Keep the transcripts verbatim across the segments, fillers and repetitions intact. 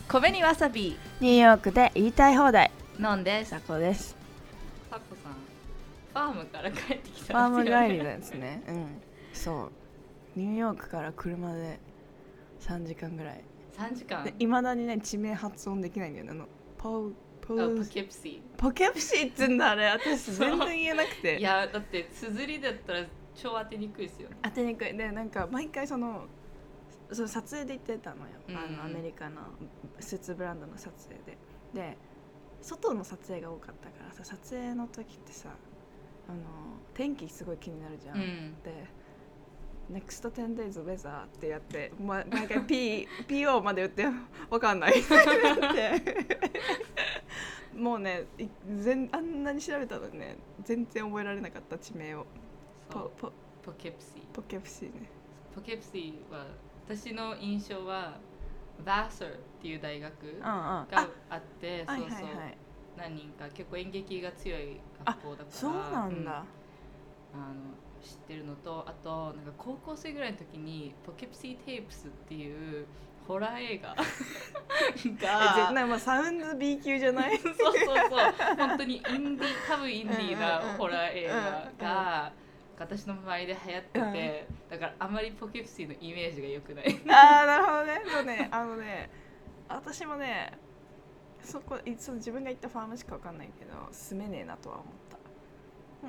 米にわさびニューヨークで言いたい放題。 飲んでさこです。 さこさんファームから帰ってきファたんですよね。 ーム帰りですね。うん、そうニューヨークから車でさんじかんぐらい。 さんじかんいまだにね地名発音できないんだよね。あのポポポケプシポケプシーって言うんだあれ。私全然言えなくて。 ーいやだって綴りだったら超当てにくいですよね。 当てにくいで、なんか毎回そのその撮影で行ってたのよ、 うんうん、 あのアメリカのスーツブランドの撮影でで外の撮影が多かったからさ、撮影の時ってさあの天気すごい気になるじゃん、うん、で ネクストテンデイズ weather ってやって、ま、毎回 P ピーオー まで言ってわかんないってもうね全あんなに調べたのにね全然覚えられなかった地名を。 ポ, ポ, ポケプシーポケプシーね。 ポケプシーは私の印象はバーサーっていう大学があって、うんうん、そうそう、はいはいはい、何人か結構演劇が強い学校だから。 そうなんだ、うん、 あの知ってるのと、あとなんか高校生ぐらいの時にポケプシーテープスっていうホラー映画がなんかサウンド B 級じゃないそうそうそう本当にインディ多分インディーなホラー映画が私の周りで流行ってて、うん、だからあまりポケプシーのイメージが良くない。 ああなるほどね。そうね、あのね私もねそこいつも自分が行ったファームしか分かんないけど住めねえなとは思った。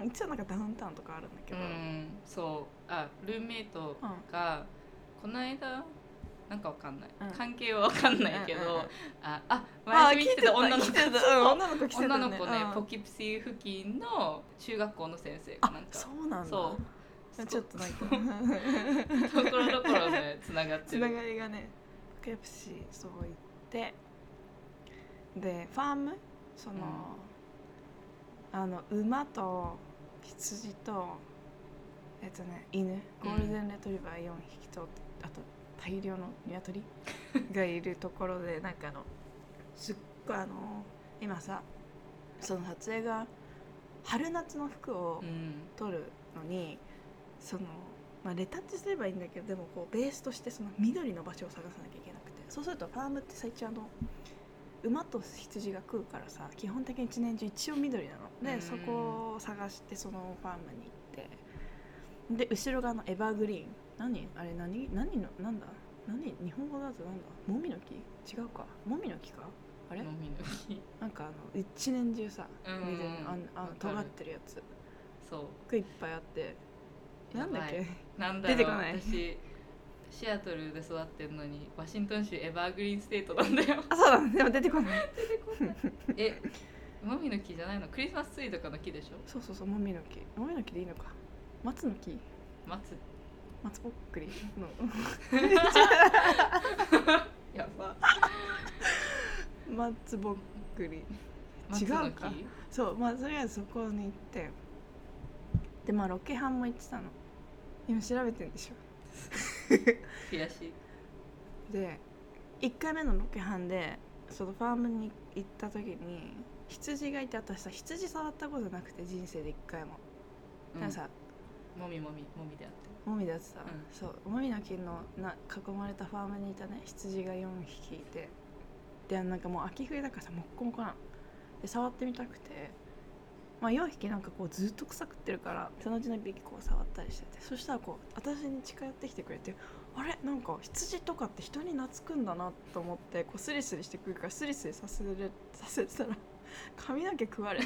一応なんかダウンタウンとかあるんだけど、うん、 そうあルームメイトが、うん、この間なんかわかんない、うん、関係はわかんないけど、うんうんうん、ああ前に見てた女の子女の子来てた、ね、 女の子ね、うん、ポケプシー付近の中学校の先生かなんか。 そうなんだ。そうちょっとなんかところどころねつながってる。 つながりがねポケプシーそう言ってでファームその、うん、あの馬と羊とえっとね犬ゴールデンレトリバーよんひきと、うん、あと大量の鶏がいるところでなんかあのすっごいあの今さその撮影が春夏の服を撮るのに、うん、その、まあ、レタッチすればいいんだけどでもこうベースとしてその緑の場所を探さなきゃいけなくて、そうするとファームってさ一応あの馬と羊が食うからさ基本的に一年中一応緑なので、うん、そこを探してそのファームに行ってで後ろがのエバーグリーン何あれ何何のなんだ何日本語だとなんだもみの木違うかもみの木かあれもみの木なんかあの一年中さ緑のあの尖ってるやつそうがいっぱいあってなんだっけなんだろう出てこない私シアトルで育ってるのにワシントン州エバーグリーンステートなんだよ。 あそうだでも出てこない出てこないえもみの木じゃないの？クリスマスツリーとかの木でしょ？ そうそうそうもみの木もみの木でいいのか松の木松松ぼっくりのやば松ぼっくり違うかそうまあとりあえずそこに行ってでまあロケハンも行ってたの今調べてんでしょ悔しいでいっかいめのロケハンでそのファームに行った時に羊がいて私さ羊触ったことなくて人生でいっかいも、うん、だからさもみもみもみであってもみであってさ、うん、そうもみの木のな囲まれたファームにいたね羊がよんひきいてでなんかもう秋冬だからさもっこもこなので触ってみたくて、まあ、よんひきなんかこうずっと草食ってるからそのうちのいっぴきこう触ったりしててそしたらこう私に近寄ってきてくれてあれなんか羊とかって人に懐くんだなと思ってこうスリスリしてくるからスリスリさせるさせてたら髪の毛食われて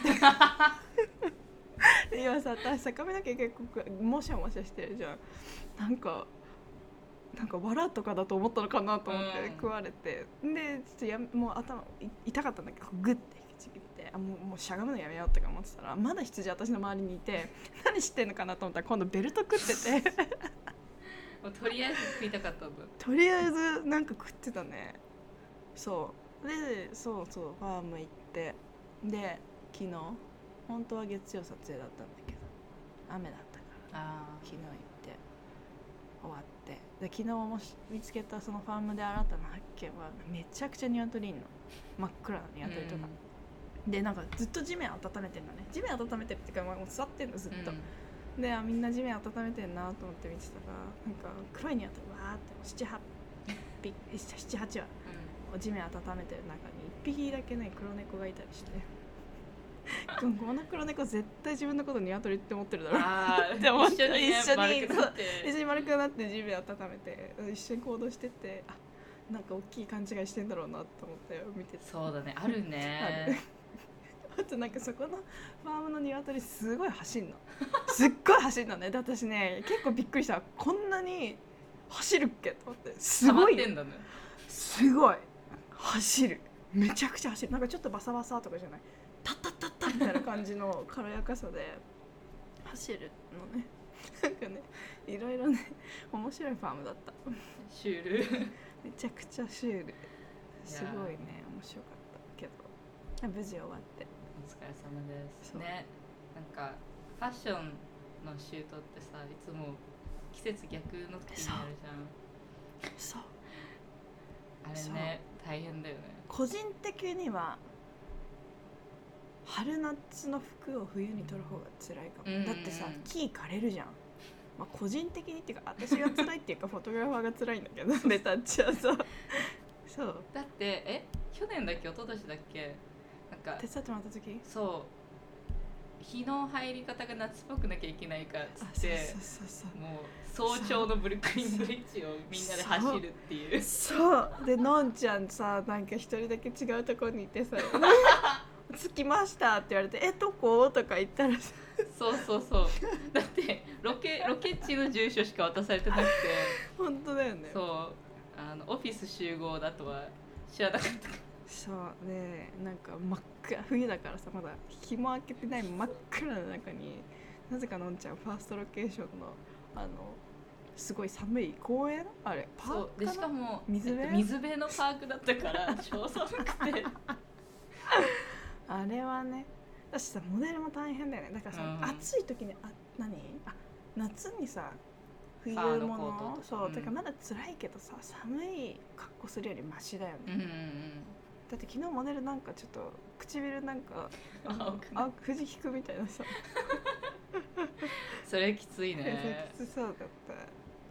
今さ私さ髪の毛結構もしゃもしゃしてるじゃんなんかなんか藁とかだと思ったのかなと思って食われて、うん、でちょっとやもう頭痛かったんだけどグッて引きちぎってあもう、もうしゃがむのやめようとか思ってたらまだ羊私の周りにいて何してんのかなと思ったら今度ベルト食っててもうとりあえず食いたかったんだとりあえずなんか食ってたね。そうでそうそうファーム行ってで昨日本当は月曜撮影だったんだけど雨だったからあ昨日行って終わってで昨日も見つけたそのファームで新たな発見はめちゃくちゃニワトリいんの真っ暗なニワトリとか、うん、でなんかずっと地面温めてんのね地面温めてるっていうか、まあ、もう座ってんのずっと、うん、でみんな地面温めてんなと思って見てたらなんか黒いニワトリわーってななはちぴななはちわ地面温めてる中に一匹だけね黒猫がいたりしてこの黒猫絶対自分のこと鶏って思ってるだろうって思って一緒に一緒に丸くなって地面温めて一緒に行動してて、あ、なんか大きい勘違いしてんだろうなと思って見てて。 そうだね、あるね。 あるあとなんかそこのファームの鶏すごい走んのすっごい走んのね。で私ね結構びっくりした。こんなに走るっけと思って。すごい、 溜まってんだね。すごい走る、めちゃくちゃ走る。なんかちょっとバサバサとかじゃない、タッタッタッタッみたいな感じの軽やかさで走るのね。なんかね、いろいろね面白いファームだった。 シュールめちゃくちゃシュール、すごいね面白かったけど無事終わって。 お疲れ様ですね。なんかファッションのシュートってさ、いつも季節逆の時にあるじゃん。 そうあれね、大変だよね。 個人的には春夏の服を冬に取る方が辛いかも、うんうんうん、だってさ木枯れるじゃん。まあ、個人的にっていうか私が辛いっていうかフォトグラファーが辛いんだけどレタッチはさそうだってえ去年だっけ一昨年だっけなんか手伝ってもらった時、 そう日の入り方が夏っぽくなきゃいけないからっつって、 そうそうそうそう、 もう早朝のブルックリンブリッジをみんなで走るっていう。 そうでのんちゃんさ、なんか一人だけ違うところにいてさ着きましたって言われてえどこ?とか言ったらさそうそうそう、だってロケロケ地の住所しか渡されてなくて本当だよね。 そうあのオフィス集合だとは知らなかったから。 そうね、なんか真っ暗、冬だからさまだ日も明けてない真っ暗な中になぜかのんちゃんファーストロケーションのあのすごい寒い公園あれパークかな。 そうでしかも水辺、 えっと、水辺のパークだったから超寒くてあれはね、私さモデルも大変だよね。だからさ、うん、暑い時にあ何あ夏にさ冬物そう、うん、だからまだ辛いけどさ寒い格好するよりマシだよね、 うんうんうん、 だって昨日モデルなんかちょっと唇なんかあ藤引くみたいなさそれきついね。 きつそうだった。いや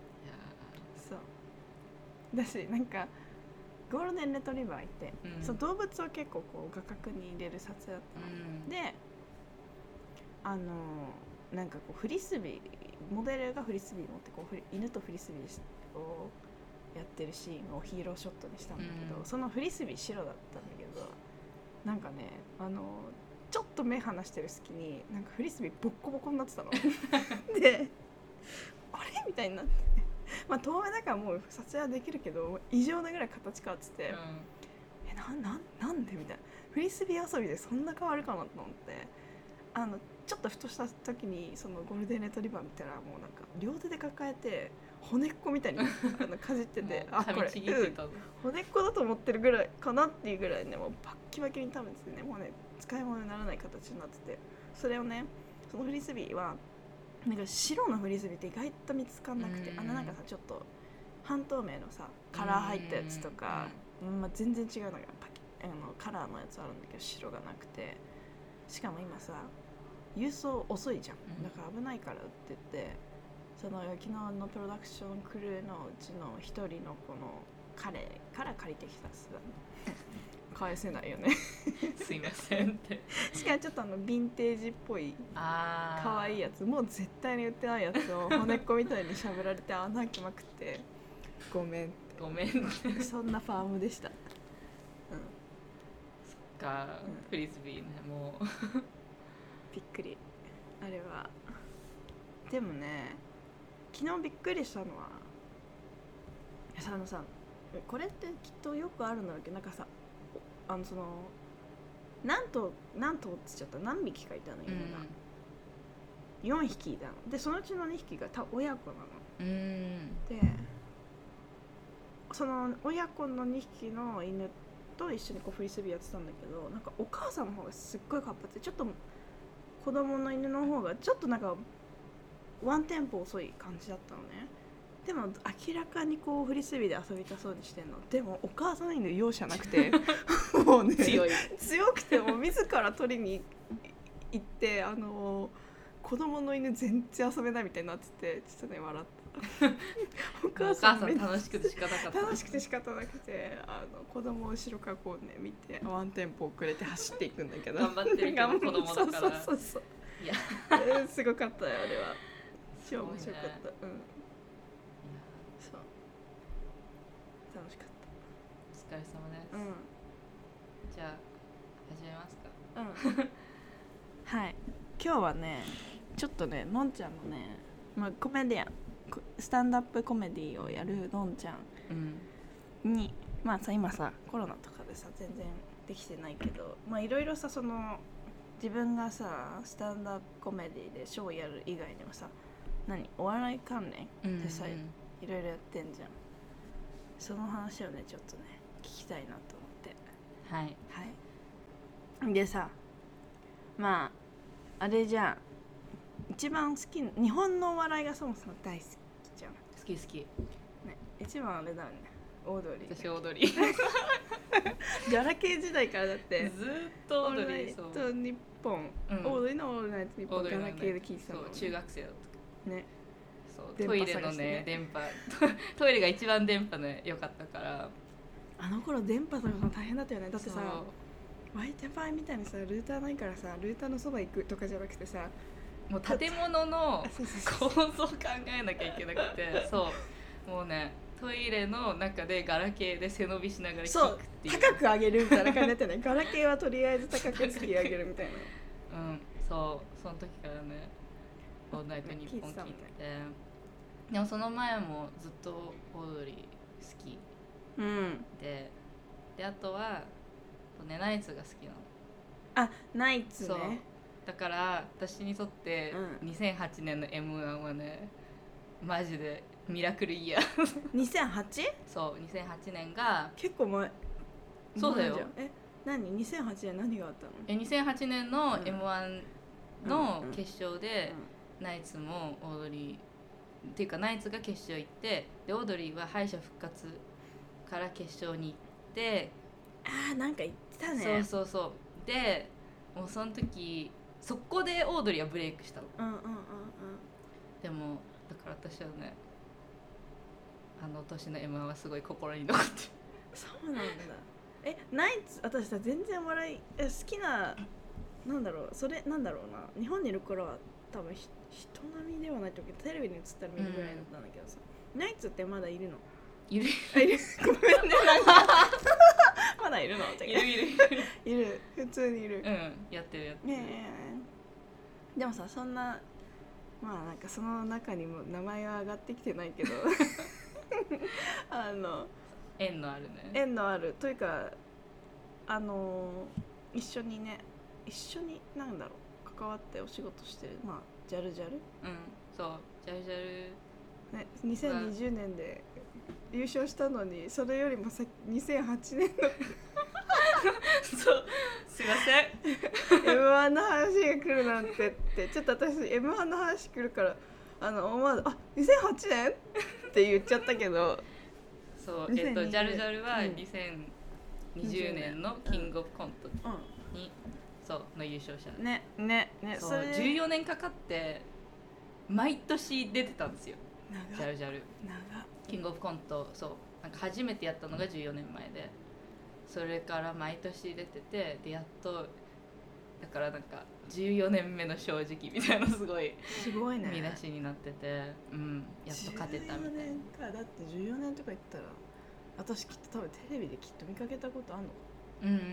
そうだしなんかゴールデンレトリバーいて、うん、その動物を結構こう画角に入れる撮影だったの、うん、であのなんかこうフリスビーモデルがフリスビー持ってこう犬とフリスビーをやってるシーンをヒーローショットにしたんだけど、うん、そのフリスビー白だったんだけどなんかねあのちょっと目離してる隙になんかフリスビーボッコボコになってたのであれみたいになってまあ遠目だからもう撮影はできるけど異常なぐらい形変わってて、うん、えなななんでみたいなフリスビー遊びでそんな変わるかなと思ってあのちょっとふとした時にそのゴールデンレトリバー見たらもうなんか両手で抱えて骨っこみたいにあのかじっててあこれ、うん、骨っこだと思ってるぐらいかなっていうぐらいねもうバッキバキに食べててねもうね使い物にならない形になっててそれをねそのフリスビーはなんか白のフリスビーって意外と見つかんなくてあのなんかさちょっと半透明のさカラー入ったやつとか、うんまあ、全然違うのがパキあのカラーのやつあるんだけど白がなくてしかも今さ郵送遅いじゃんだから危ないからって言ってその昨日のプロダクションクルーのうちの一人のこの彼から借りてきたす返せないよねすいませんってしかもちょっとあのヴィンテージっぽい可愛いやつもう絶対に売ってないやつを骨っこみたいにしゃぶられて穴開きまくってごめんってごめんってそんなファームでした、うん、 そっか、うん、フリスビーねもうびっくりあれは。でもね昨日びっくりしたのはあのさこれってきっとよくあるんだろうけどなんかさあのその何頭何頭って言っちゃった何匹かいたの犬が、うん、よんひきいたのでそのうちのにひきがた親子なの、 うん、 でその親子のにひきの犬と一緒にこうフリスビーやってたんだけどなんかお母さんの方がすっごい活発でちょっと子供の犬の方がちょっとなんかワンテンポ遅い感じだったのね。でも明らかにこうフリスビーで遊びたそうにしてんの。でもお母さん犬容赦なくてもうね強い強くても自ら取りに行ってあのこ子供の犬全然遊べないみたいになっててちょっとね笑ったお母さん楽しくて仕方なかった楽しくて仕方なくてあの子供を後ろからこうね見てワンテンポ遅れて走っていくんだけど頑張ってるけど子供だからそうそうそういやすごかったよあれは超面白かった、ね、うんそう楽しかったお疲れ様です、 うん、 じゃあ始めますか。 うんはい今日はねちょっとねのんちゃんのね、まあ、コメディアンスタンダップコメディをやるのんちゃんに、うん、まあさ今さコロナとかでさ全然できてないけどまあいろいろさその自分がさスタンダップコメディでショーやる以外にもさ何お笑い関連でさ、うんうん、いろいろやってんじゃん。その話をねちょっとね聞きたいなと思ってはいはいでさまああれじゃん一番好き日本のお笑いがそもそも大好きじゃん。 好き好き、ね、 一番あれだよねオードリー。 私オードリーガラケー時代からだってずっとオードリーそうと日本、うん、オードリーのオールナイトニッポンガラケーで聞いてたもん、ね、 そう中学生だったねそうトイレのね電波トイレが一番電波ね良かったからあの頃電波探すの大変だったよね。だってさ Wi-Fi みたいにさルーターないからさルーターのそば行くとかじゃなくてさもう建物の構造を考えなきゃいけなくてそうもうねトイレの中でガラケーで背伸びしながら聞くっていう。 高く上げるみたいな感じだったねガラケーはとりあえず高く突き上げるみたいなうんそうその時からねオールナイトニッポン聞いてて、ね、でもその前もずっとオードリー好き、 うん、 でであとはねナイツが好きなの。 あナイツね。そうだから私にとってにせんはちねんの エムワン はねマジでミラクルイヤーにせんはち? そうにせんはちねんが結構前。 そうだよ。 え何にせんはちねん何があったの？ えにせんはちねんの エムワン の決勝でナイツもオードリーっていうかナイツが決勝行ってでオードリーは敗者復活から決勝に行ってあーなんか言ってたね。 そうそうそうでもうその時そこでオードリーはブレイクしたの。 うんうんうんうんでもだから私はねあの年の エムワン はすごい心に残ってる。 そうなんだ。えナイツ私さ全然笑いえ好きななんだろうそれなんだろうな日本にいる頃は多分ひ人並みではないと思うけどテレビに映ったら見るぐらいだったんだけどさ、うん、ナイツってまだいるの？ いるあいるごめんねなんかまだいるの？ いるいるいる普通にいる。 うんやってるやってる。ねえでもさそんなまあなんかその中にも名前は上がってきてないけどあの縁のあるね縁のあるというかあの一緒にね一緒になんだろう関わってお仕事してるまあジャルジャルうんそうジャルジャルねにせんにじゅうねんで優勝したのにそれよりもさにせんはちねんのそうすいませんエムワン の話が来るなんてってちょっと私 エムワン の話来るからあの思わずあにせんはちねんって言っちゃったけどそうえっとジャルジャルはにせんにじゅうねんのキングオブコントに、うん、そうの優勝者ねねねそうそれじゅうよねんかかって毎年出てたんですよジャルジャルキングオブコントそうなんか初めてやったのがじゅうよねんまえでそれから毎年出ててでやっとだからなんかじゅうよねんめの正直みたいなすごいすごいね見出しになってて、うん、やっと勝てたみたいな。じゅうよねんかだってじゅうよねんとか言ったら私きっと多分テレビできっと見かけたことあるのか。 うんうんうん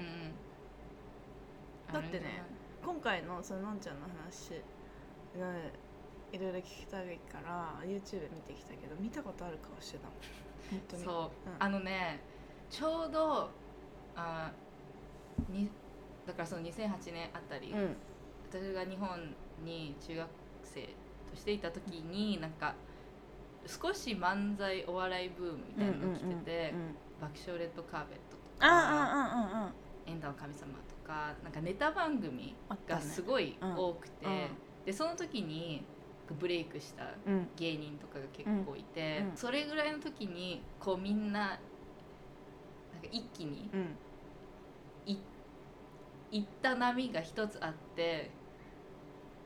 だってね今回のそののんちゃんの話いろいろ聞きたいから YouTube 見てきたけど見たことある顔してたもん本当に。 そう、うん、あのねちょうどあにだからそのにせんはちねんあたり、うん、私が日本に中学生としていた時になんか少し漫才お笑いブームみたいなのが来てて、うんうんうんうん、爆笑レッドカーペットとかあエンタの神様とかなんかネタ番組がすごい多くて、ねうんうん、でその時にブレイクした芸人とかが結構いて、うんうん、それぐらいの時にこうみんななんか一気に、うんいった波が一つあって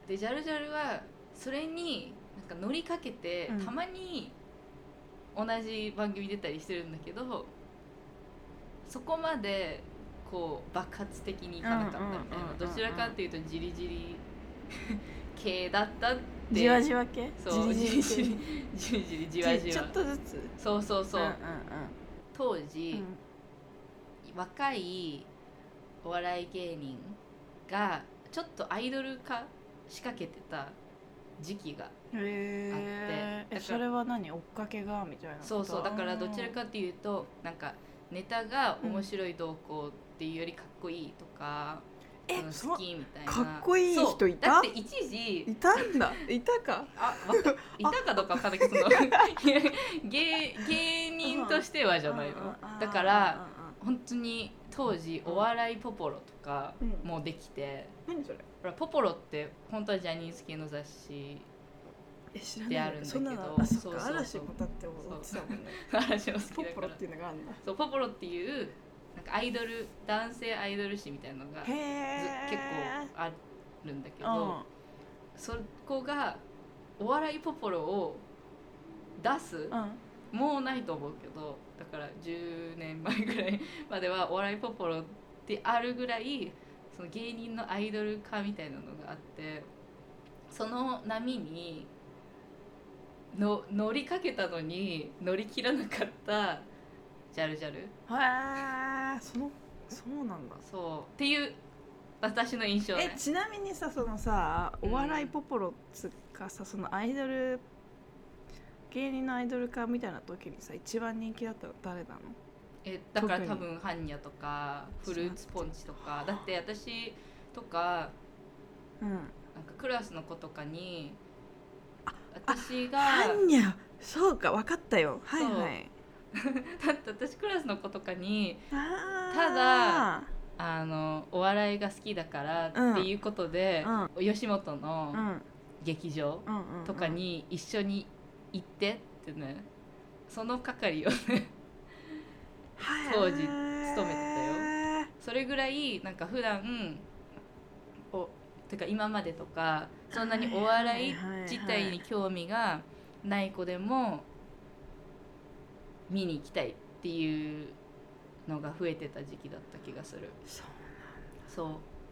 でジャルジャルはそれになんか乗りかけて、 うん、 たまに同じ番組出たりしてるんだけど、そこまでこう爆発的にいかなかったみたいな、どちらかっていうとじりじり系だったって。 じわじわ系、 そうじりじりじりじりじわじわ、 ちょっとずつ、 そうそうそう、 うんうんうん、 当時、 うん、 若いお笑い芸人がちょっとアイドル化仕掛けてた時期があって、 へえ、それは何、追っかけがみたいなこと。 そうそう、だからどちらかっていうとなんかネタが面白い動向っていうよりかっこいいとか、 え、 うん、好きみたいな。 かっこいい人いた？ だって一時いたんだ、いたか、 あ、わかいたかどうかわかんないけど、その芸芸人としてはじゃないの。だから本当に当時お笑いポポロとかもできて、 うん、何それ？ ほらポポロって本当はジャニーズ系の雑誌であるんだけど、 あ、そっか、嵐もだって踊ってたもんね。 嵐も好きだから。 ポポロっていうのがあるんだ。 そう、ポポロっていうなんかアイドル、男性アイドル誌みたいなのがず結構あるんだけど、うん、そこがお笑いポポロを出す、うん、もうないと思うけど、だからじゅうねんまえぐらいまではお笑いポポロってあるぐらいその芸人のアイドル化みたいなのがあって、その波にの乗りかけたのに乗り切らなかったジャルジャル。 へえ、そのそうなんだ。 そうっていう私の印象ね。 え、ちなみにさ、そのさ、お笑いポポロつかさ、そのアイドル芸人のアイドル化みたいな時にさ、一番人気だったの誰なの？ え、だから多分ハンニャとかフルーツポンチとか、だって私とか、うん、なんかクラスの子とかに私がハンニャ、そうか、分かったよ、はいはい。 だって私クラスの子とかにただあのお笑いが好きだからっていうことで、うん、吉本の劇場とかに一緒に行ってってね、その係をね当時勤めてたよ。それぐらいなんか普段おてか今までとかそんなにお笑い自体に興味がない子でも見に行きたいっていうのが増えてた時期だった気がする。 そうなんだ。 そう。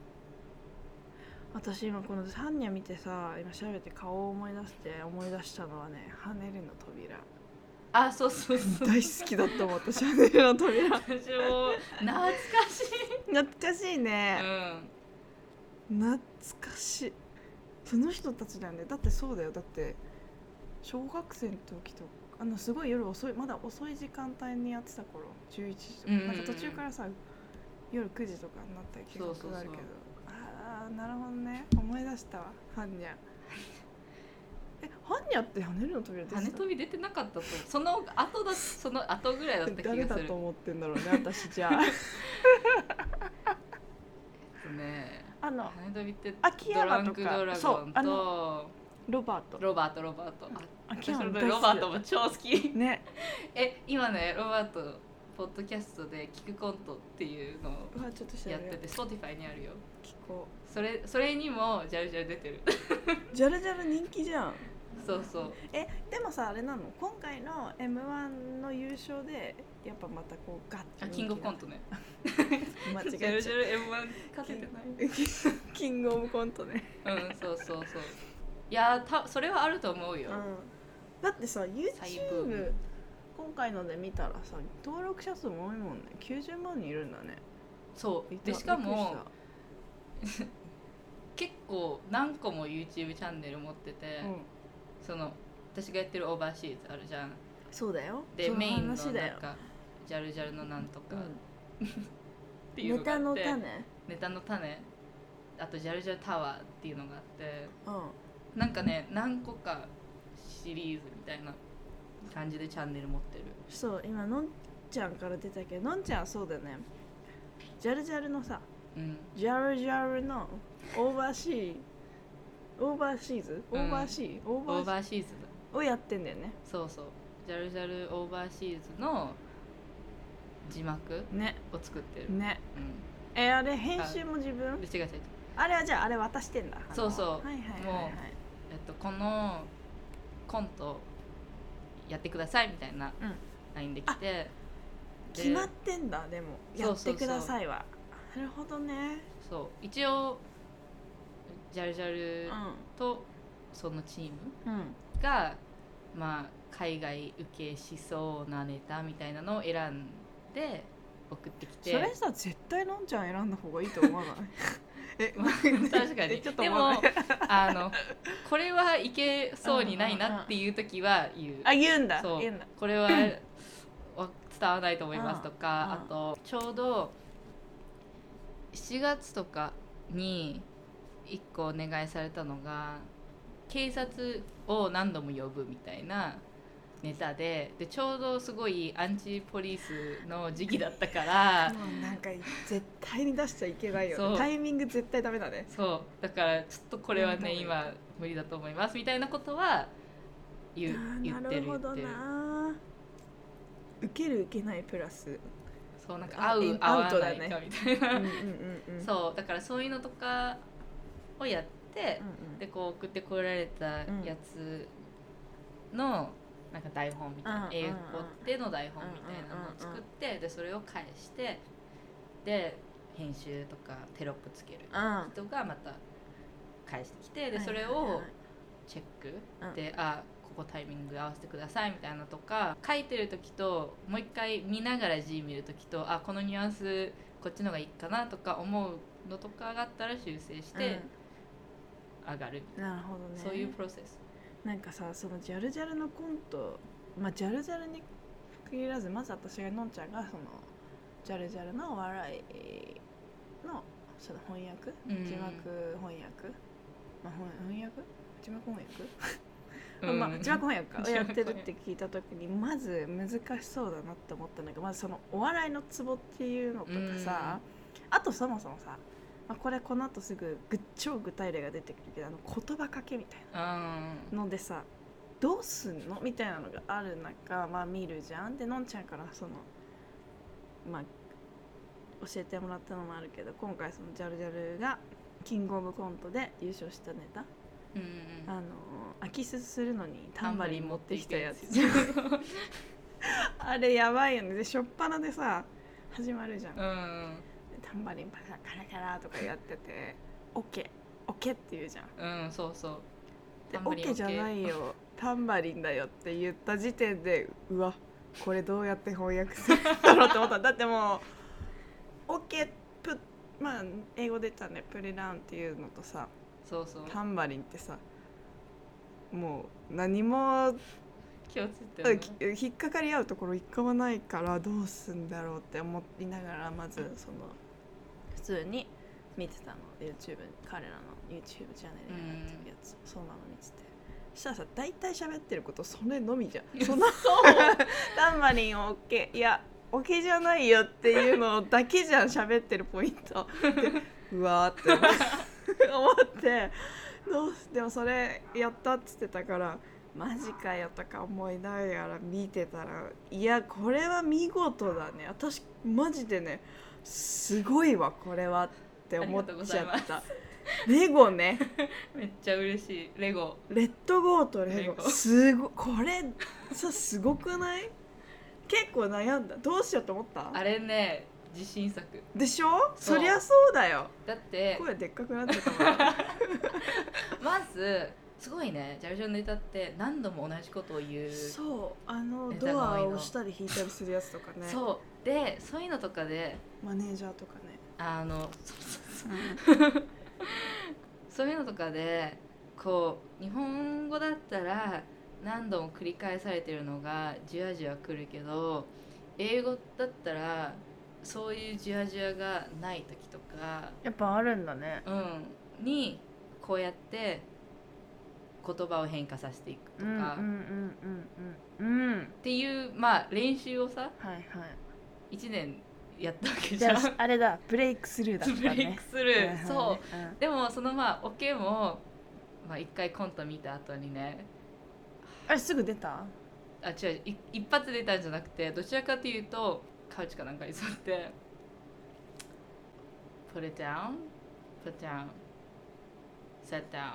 私今このハンニャ見てさ、今調べて顔を思い出して思い出したのはね、ハネルの扉。 あ、そうそうそう。 大好きだったもん私、ハネルの扉。 私も懐かしい。 懐かしいね。 うん。 懐かしい。その人たちだよね。だってそうだよ。だって小学生の時とか。あのすごい夜遅い、まだ遅い時間帯にやってた頃、じゅういちじとか、うんうんうん、なんか途中からさ夜くじとかになった記憶があるけど、そうそうそう、ああなるほどね、思い出したわ、ハンニャ。え、ハンニャってハネルの扉出てた？ ハネ飛び出てなかったと、その後だ、その後ぐらいだった気がする。 誰だと思ってんだろうね私じゃあ。 えっとね、 あのハネ飛びって秋山とか、 ドランクドラゴンとロバートロバートロバート、あ、 私のロバートも超好きね。 え、今ねロバートポッドキャストで聞くコントっていうのをやってて、Spotify にあるよ。 聞こう。 それそれにもジャルジャル出てる。 ジャルジャル人気じゃん。 そうそう。 え、でもさ、あれなの、今回の エムワン の優勝でやっぱまたこうガッと、 あ、キングオブコントね。 間違えちゃう。 ジャルジャル エムワン 勝ててない。 キングオブコントね。 うん、そうそうそう。いやたそれはあると思うよ、うん、 だってさ YouTube 今回ので見たらさ、登録者数も多いもんね。きゅうじゅうまんにんいるんだね。 そうで、しかも結構何個も YouTube チャンネル持ってて、うん、その私がやってるオーバーシーズあるじゃん。 そうだよ。 でメインのなんかジャルジャルのなんとか、うん、っていうのがあって、ネタの種ネタの種あとジャルジャルタワーっていうのがあって、うん、なんかね何個かシリーズみたいな感じでチャンネル持ってる。 そう、今のんちゃんから出たけど、のんちゃんはそうだよね、ジャルジャルのさ、うん、ジャルジャルのオーバーシーオーバーシーズオーバーシー、うん、オーバーシーズをやってんだよね。 そうそう、ジャルジャルオーバーシーズの字幕を作ってるね。うん、え、あれ編集も自分？ 違う違う、 あれはじゃああれ渡してんだ。 そうそう、 はいはいはいはい、 もう、えっと、このコントやってくださいみたいな ライン で来て、 決まってんだ。でもやってくださいは。なるほどね。 そう一応ジャルジャルとそのチームが、うん、まあ海外受けしそうなネタみたいなのを選んで送ってきて、 それさ絶対のんちゃん選んだ方がいいと思わないえ、まあ、 確かにでもあのこれはいけそうにないなっていう時は言う、 あ言うんだ、 そう言うんだ、 これは伝わらないと思いますとか、あとちょうどしちがつとかにいっこお願いされたのが警察を何度も呼ぶみたいなネタ で, でちょうどすごいアンチポリスの時期だったからもうなんか絶対に出しちゃいけないよね。タイミング絶対ダメだね。 そうだからちょっとこれはね今無理だと思いますみたいなことは 言, 言ってる。なるほどな。 受ける受けないプラスそうなんか合う合わないかみたいなそうだからそういうのとかをやって、うんうん、でこう送ってこられたやつのなんか台本みたいな、うん、英語での台本みたいなのを作って、うん、でそれを返してで編集とかテロップつける人がまた返してきてでそれをチェックで、うん、あここタイミング合わせてくださいみたいなとか書いてる時ともう一回見ながら字見る時とあこのニュアンスこっちの方がいいかなとか思うのとかがあったら修正して上がる、 うん、なるほどね。 そういうプロセス。なんかさそのジャルジャルのコント、まあジャルジャルに限らずまず私がのんちゃんがそのジャルジャルの笑いのその翻訳、うん、字幕翻訳、まあ、翻訳字幕翻訳うん、まあ、字幕翻訳をやってるって聞いた時にまず難しそうだなって思ったのがまずそのお笑いのツボっていうのとかさ、うん、あとそもそもさ、まあ、これこの後すぐぐ超具体例が出てくるけどあの言葉かけみたいなのでさどうすんのみたいなのがある中、まあ、見るじゃん。でのんちゃんからそのまあ教えてもらったのもあるけど今回そのジャルジャルがキングオブコントで優勝したネタ、うん、あの空き巣するのにタンバリン持ってきたやつあれやばいよね。でしょっぱなでさ始まるじゃん、うん、タンバリンパカカラカラとかやっててオッケーオッケーって言うじゃん、うん、そうそうでオッケーじゃないよタンバリンだよって言った時点でうわこれどうやって翻訳するんだろうって思っただってもうオッケープまあ英語で言ったらねプリランっていうのとさそうそうタンバリンってさもう何も気をつけて引っかかり合うところ一個もないからどうすんだろうって思いながらまずその普通に見てたの YouTube 彼らの YouTube チャンネルでやってるやつ、うん、そうなの見ててそしたらさ大体喋ってることそれのみじゃんそのタンバリンを OK いや OK じゃないよっていうのだけじゃん喋ってるポイントでうわーって思ってどうでもそれやったって言ってたからマジかよとか思いながら見てたらいやこれは見事だね私マジでねすごいわこれはって思っちゃったレゴねめっちゃ嬉しいレゴレッドゴーとレゴすごこれさすごくない結構悩んだどうしようと思ったあれね自信作でしょ そ, そりゃそうだよだって声でっかくなってたもんまずすごいねジャルジャルのネタって何度も同じことを言うそうあのドアを押したり引いたりするやつとかねそうでそういうのとかでマネージャーとかねあのそうそうそうそういうのとかでこう日本語だったら何度も繰り返されてるのがじわじわくるけど英語だったらそういうじわじわがない時とかやっぱあるんだねうんにこうやって言葉を変化させていくとかっていうまあ練習をさ、はいはい、いちねんやったわけじゃんじゃああれだブレイクスルーだったねブレイクスルー、はいはい、そう、うん、でもそのまあオケもまあ一回コント見た後にねあれすぐ出たあ違う一発出たんじゃなくてどちらかというとカウチかなんかに座って Put it down Put down set down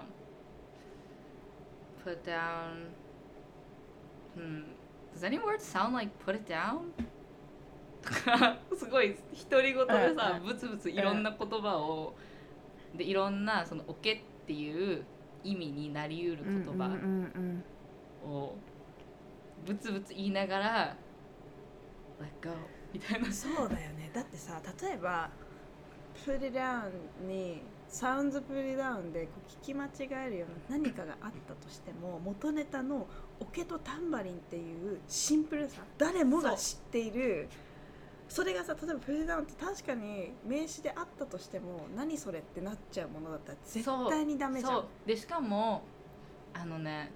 put down hmm does any word sound like put it down とかすごい独り言でさ、ブツブツいろんな言葉を、でいろんなそのオケっていう意味になりうる言葉をブツブツ言いながら let go みたいな。 そうだよね。だってさ、例えば put it down に sounds put it down でこう聞き間違えるような何かがあったとしても、元ネタのオケとタンバリンっていうシンプルさ、誰もが知っている、それがさ、例えば put it down って確かに名詞であったとしても、何それってなっちゃうものだったら絶対にダメじゃん。 そうでしかもあのね、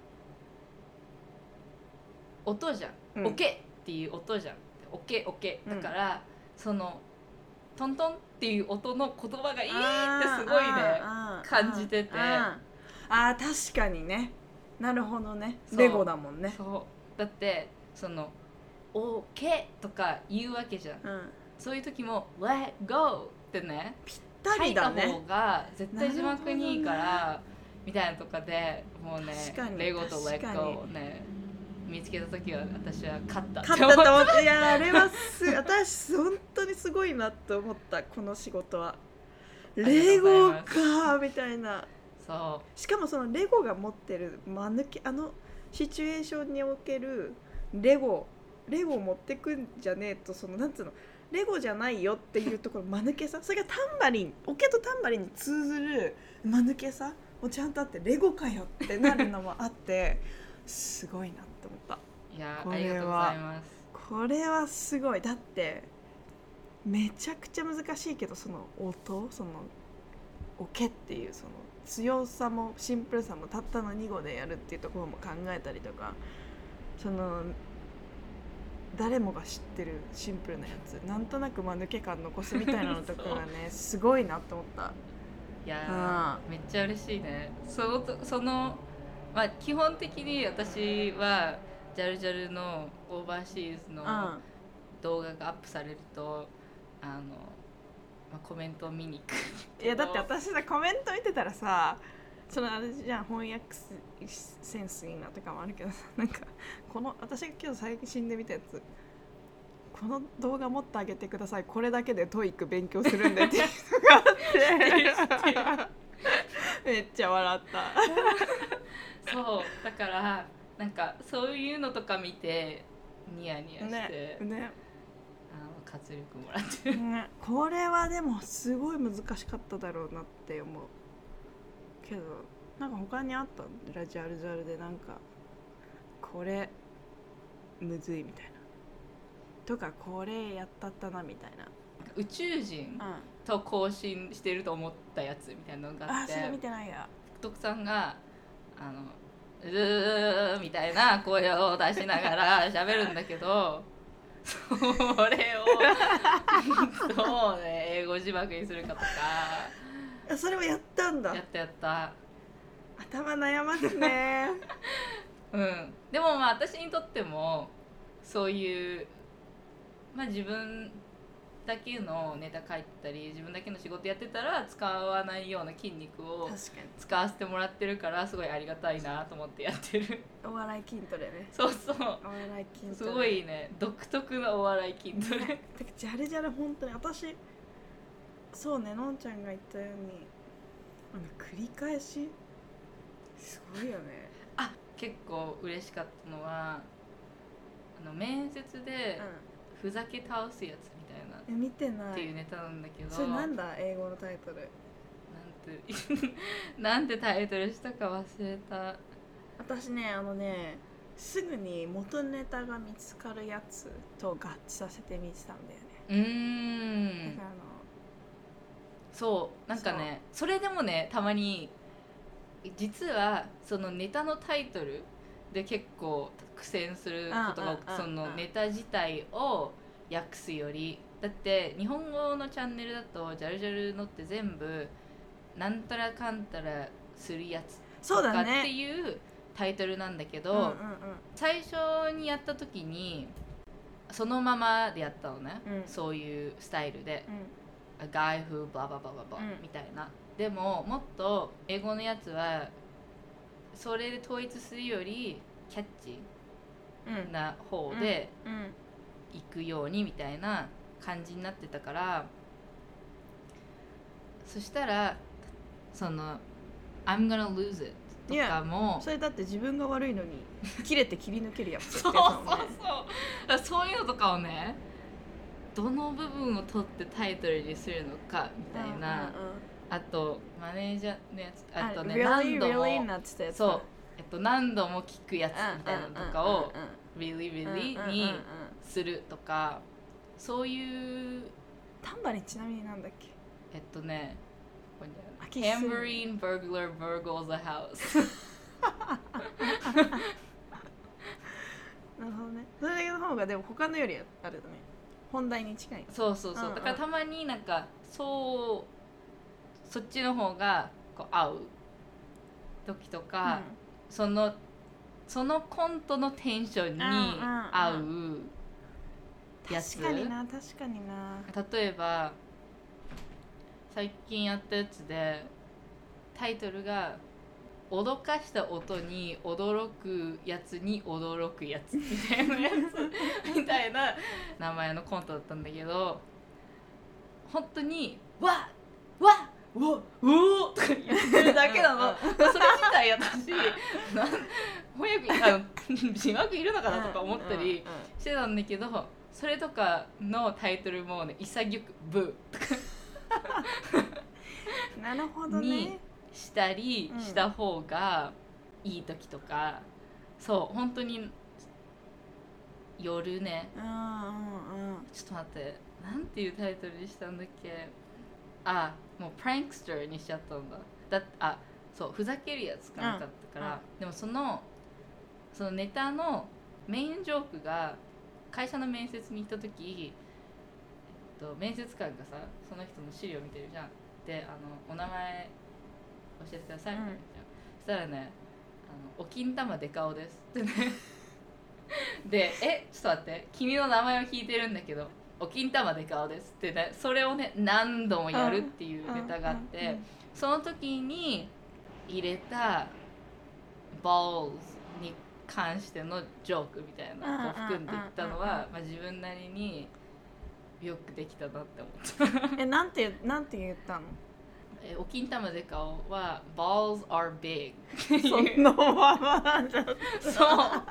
音じゃん、うん、オケっていう音じゃん、オケオケだから、うん、そのトントンっていう音の言葉がいいってすごいね感じてて、 ああ確かにね、なるほどね、レゴだもんね。 そうだってそのオケとか言うわけじゃん、うん、そういう時も let go ってねぴったりだね、 書いた方が絶対字幕にいいから、ね、みたいなとかでもうねレゴと let go をね見つけた時は私は勝った勝ったと思って、いやあれはす私本当にすごいなと思った。この仕事はレゴかみたいな。 そうしかもそのレゴが持ってる間抜け、あのシチュエーションにおけるレゴレゴを持ってくんじゃねえと、そのなんつうのレゴじゃないよっていうところ間抜けさ、それがタンバリン、オケとタンバリンに通ずる間抜けさもちゃんとあって、レゴかよってなるのもあってすごいなって思った。 いやありがとうございます。 これはすごい。だってめちゃくちゃ難しいけど、その音、そのオケっていうその強さもシンプルさもたったのに語でやるっていうところも考えたりとか、その誰もが知ってるシンプルなやつ、なんとなく間抜け感残すみたいなのとかがねすごいなと思った。 いやめっちゃ嬉しいね。そのそのまあ基本的に私はジャルジャルのオーバーシーズの動画がアップされると、あの、まあ、コメントを見に行く。 いやだって私さコメント見てたらさ、そのあれじゃん、翻訳センスいいなとかもあるけどさ、なんかこの私が今日最新で見たやつ、この動画もっと上げてください、これだけでトイック勉強するんでっていうのがあってめっちゃ笑ったそうだからなんかそういうのとか見てニヤニヤして、ねね、あの活力もらってる、 ね、これはでもすごい難しかっただろうなって思うけど、なんか他にあったラジャルジャルでなんかこれむずいみたいなとか、これやったったなみたいな、 宇宙人と交信してると思ったやつみたいなのがあって、 あ、それ見てないや。 徳さんがあのうーみたいな声を出しながら喋るんだけどそれをどうね英語字幕にするかとか。 それをやったんだ。 やったやった。 頭悩ますねうんでもまあ私にとってもそういうまあ自分だけのネタ書いたり自分だけの仕事やってたら使わないような筋肉を使わせてもらってるからすごいありがたいなと思ってやってる。 お笑い筋トレね。 そうそう、お笑い筋トレすごいね、独特なお笑い筋トレ、ね、 ジャルジャル本当に私そうね、のんちゃんが言ったようにあの繰り返しすごいよね。 あ、結構嬉しかったのはあの面接でふざけ倒すやつみたいな、 うん、見てないっていうネタなんだけど、 それなんだ英語のタイトルなんてなんてタイトルしたか忘れた。 私ね、あのねすぐに元ネタが見つかるやつと合致させて見てたんだよね。 うーん、 だからあのそうなんかね そ, それでもねたまに実はそのネタのタイトルで結構苦戦することが多くて、そのネタ自体を訳すより、だって日本語のチャンネルだとジャルジャルのって全部なんたらかんたらするやつとかっていうタイトルなんだけど、 うんうんうん、 最初にやった時にそのままでやったのね、うん、そういうスタイルで、うん、A guy who blah blah blah blah blah、うん、みたいなでももっと英語のやつはそれで統一するよりキャッチーな方で行くようにみたいな感じになってたから、そしたらその I'm gonna lose it とかも、 それだって自分が悪いのに切れて切り抜けるやつそうそうそうそういうのとかをね、どの部分を取ってタイトルにするのかみたいな、うんうんうん、あとマネージャーのやつ、あとね、really? 何度も really? そう、えっと、何度も聞くやつみたいなのとかを really really にするとか、そういうタンバリンちなみになんだっけ、 えっとねTambourine burglar burgles a house なるほどね。それの方がでも他のよりあれだね、本題に近い。 そうそうそう、うんうん、だからたまになんかそうそっちの方がこう合う時とか、うん、そのそのコントのテンションに合うやつ、 確かにな確かにな。 例えば最近やったやつでタイトルが脅かした音に驚くやつに驚くやつみたいなやつみたいな名前のコントだったんだけど、本当にわっわっうおうおとか言ってるだけなのそれ自体私なん翻訳あの字幕いるのかなとか思ったりしてたんだけど、それとかのタイトルもね、潔くブーとかなるほどねにしたりした方がいい時とか、うん、そう本当に夜ね、 うんうんうん、 ちょっと待って、なんていうタイトルにしたんだっけ、あ、もうプランクスターにしちゃったんだ。だあ、そうふざけるやつかなかったから、うんうん、でもそのそのネタのメインジョークが会社の面接に行った時、えっと、面接官がさその人の資料を見てるじゃん。で、あのお名前教えてくださいみたいな、うん、そしたらね、あのお金玉デカオですってねで、えちょっと待って、君の名前を聞いてるんだけどお金玉デカオですってね、それをね何度もやるっていうネタがあって、うんうんうん、その時に入れた balls に関してのジョークみたいなのを含んでいったのは、まあ、自分なりによくできたなって思ったえ、なんてなんて言ったの？ え、お金玉デカオは balls are big そのままなんだそう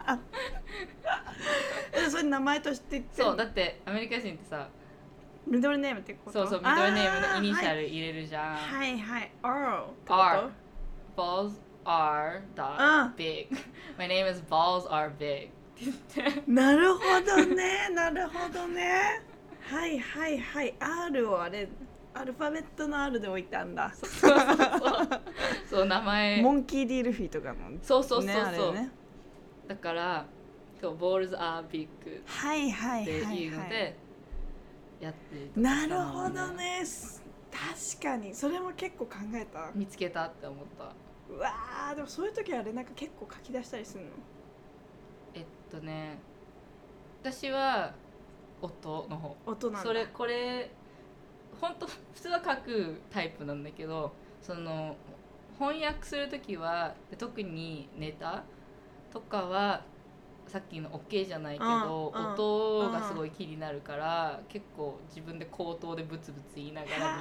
え、それ名前として言ってる？ そうだってアメリカ人ってさミドルネームってこと？ そうそう、ミドルネームのイニシャル入れるじゃん。 はいはい、R R balls are dot big my name is balls are big って言ってなるほどねなるほどねはいはいはい、 R をあれアルファベットの R で置いたんだ。 そうそうそうそう、名前モンキー D ルフィとかの、ね、 そうそうそうそう、 ね、 だからそうボールズアービッグっていうのでやっていた、 なるほどね、確かにそれも結構考えた、 見つけたって思った。 うわー、でもそういう時はあれなんか結構書き出したりするの？ えっとね、私は音の方、 音なんだ。 それこれ本当普通は書くタイプなんだけど、その翻訳するときは特にネタとかはさっきの OK じゃないけど、うん、音がすごい気になるから、うん、結構自分で口頭でブツブツ言いながら見つける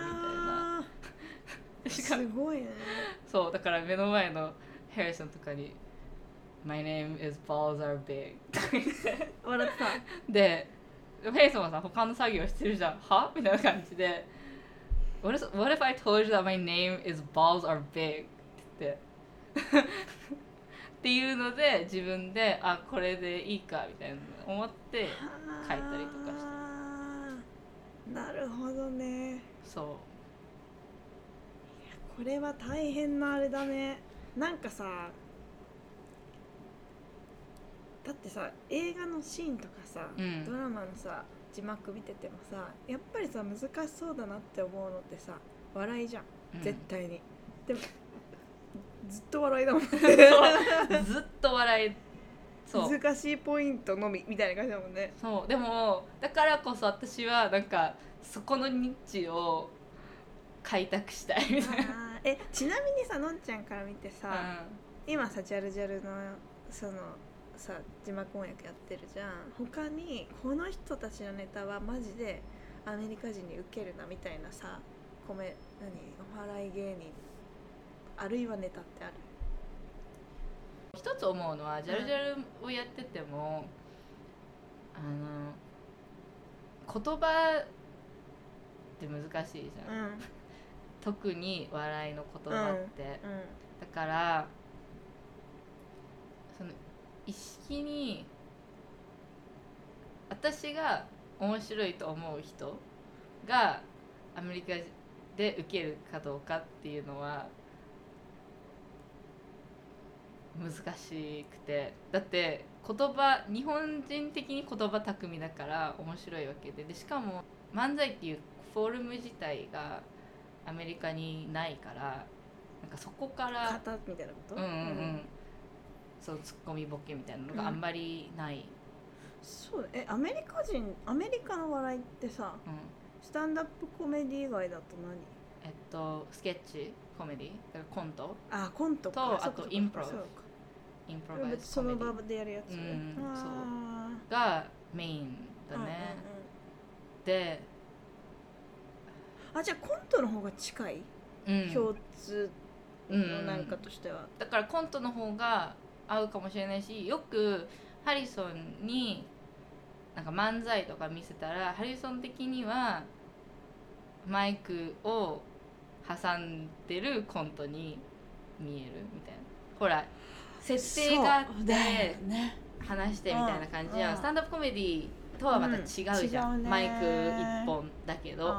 みたいなすごいね。 そうだから目の前のヘリソンとかに My name is balls are big 笑ってたでフェイソンはさ他の作業してるじゃん、はみたいな感じで What if, what if I told you that my name is balls are big って言ってっていうので自分であこれでいいかみたいな思って書いたりとかして。 なるほどね。 そう、 これは大変なあれだね。なんかさ、だってさ映画のシーンとかさ、うん、ドラマのさ字幕見ててもさやっぱりさ難しそうだなって思うのってさ笑いじゃん、うん、絶対に。でもずっと笑いだもんねずっと笑い。 そう難しいポイントのみみたいな感じだもんね。 そうでもだからこそ私はなんかそこのニッチを開拓したいみたいな。 あえちなみにさのんちゃんから見てさ、 うん、 今さジャルジャルのそのさ字幕翻訳やってるじゃん。他にこの人たちのネタはマジでアメリカ人にウケるなみたいなさ、コメ何お笑い芸人あるいはネタってある？ 一つ思うのはジャルジャルをやってても、うん、あの言葉って難しいじゃん、うん、特に笑いの言葉って、うんうん、だからその意識に私が面白いと思う人がアメリカで受けるかどうかっていうのは難しくて、だって言葉日本人的に言葉巧みだから面白いわけで、でしかも漫才っていうフォルム自体がアメリカにないから、なんかそこから型みたいなこと、 うんうんうん、そうツッコミボケみたいなのがあんまりない、うん、 そうえアメリカ人アメリカの笑いってさ、うん、スタンダップコメディ以外だと何？ えっとスケッチコメディだからコントあコントとあとインプロインプロバイズその場でやるやつ、うん、 そうがメインだね、うんうんうん、であじゃあコントの方が近い、うん、共通のなんかとしては、うん、 だからコントの方が合うかもしれないし、よくハリソンになんか漫才とか見せたらハリソン的にはマイクを挟んでるコントに見えるみたいな、ほら設定があって話してみたいな感じや、スタンダップコメディとはまた違うじゃん、うん、マイク一本だけど、うん、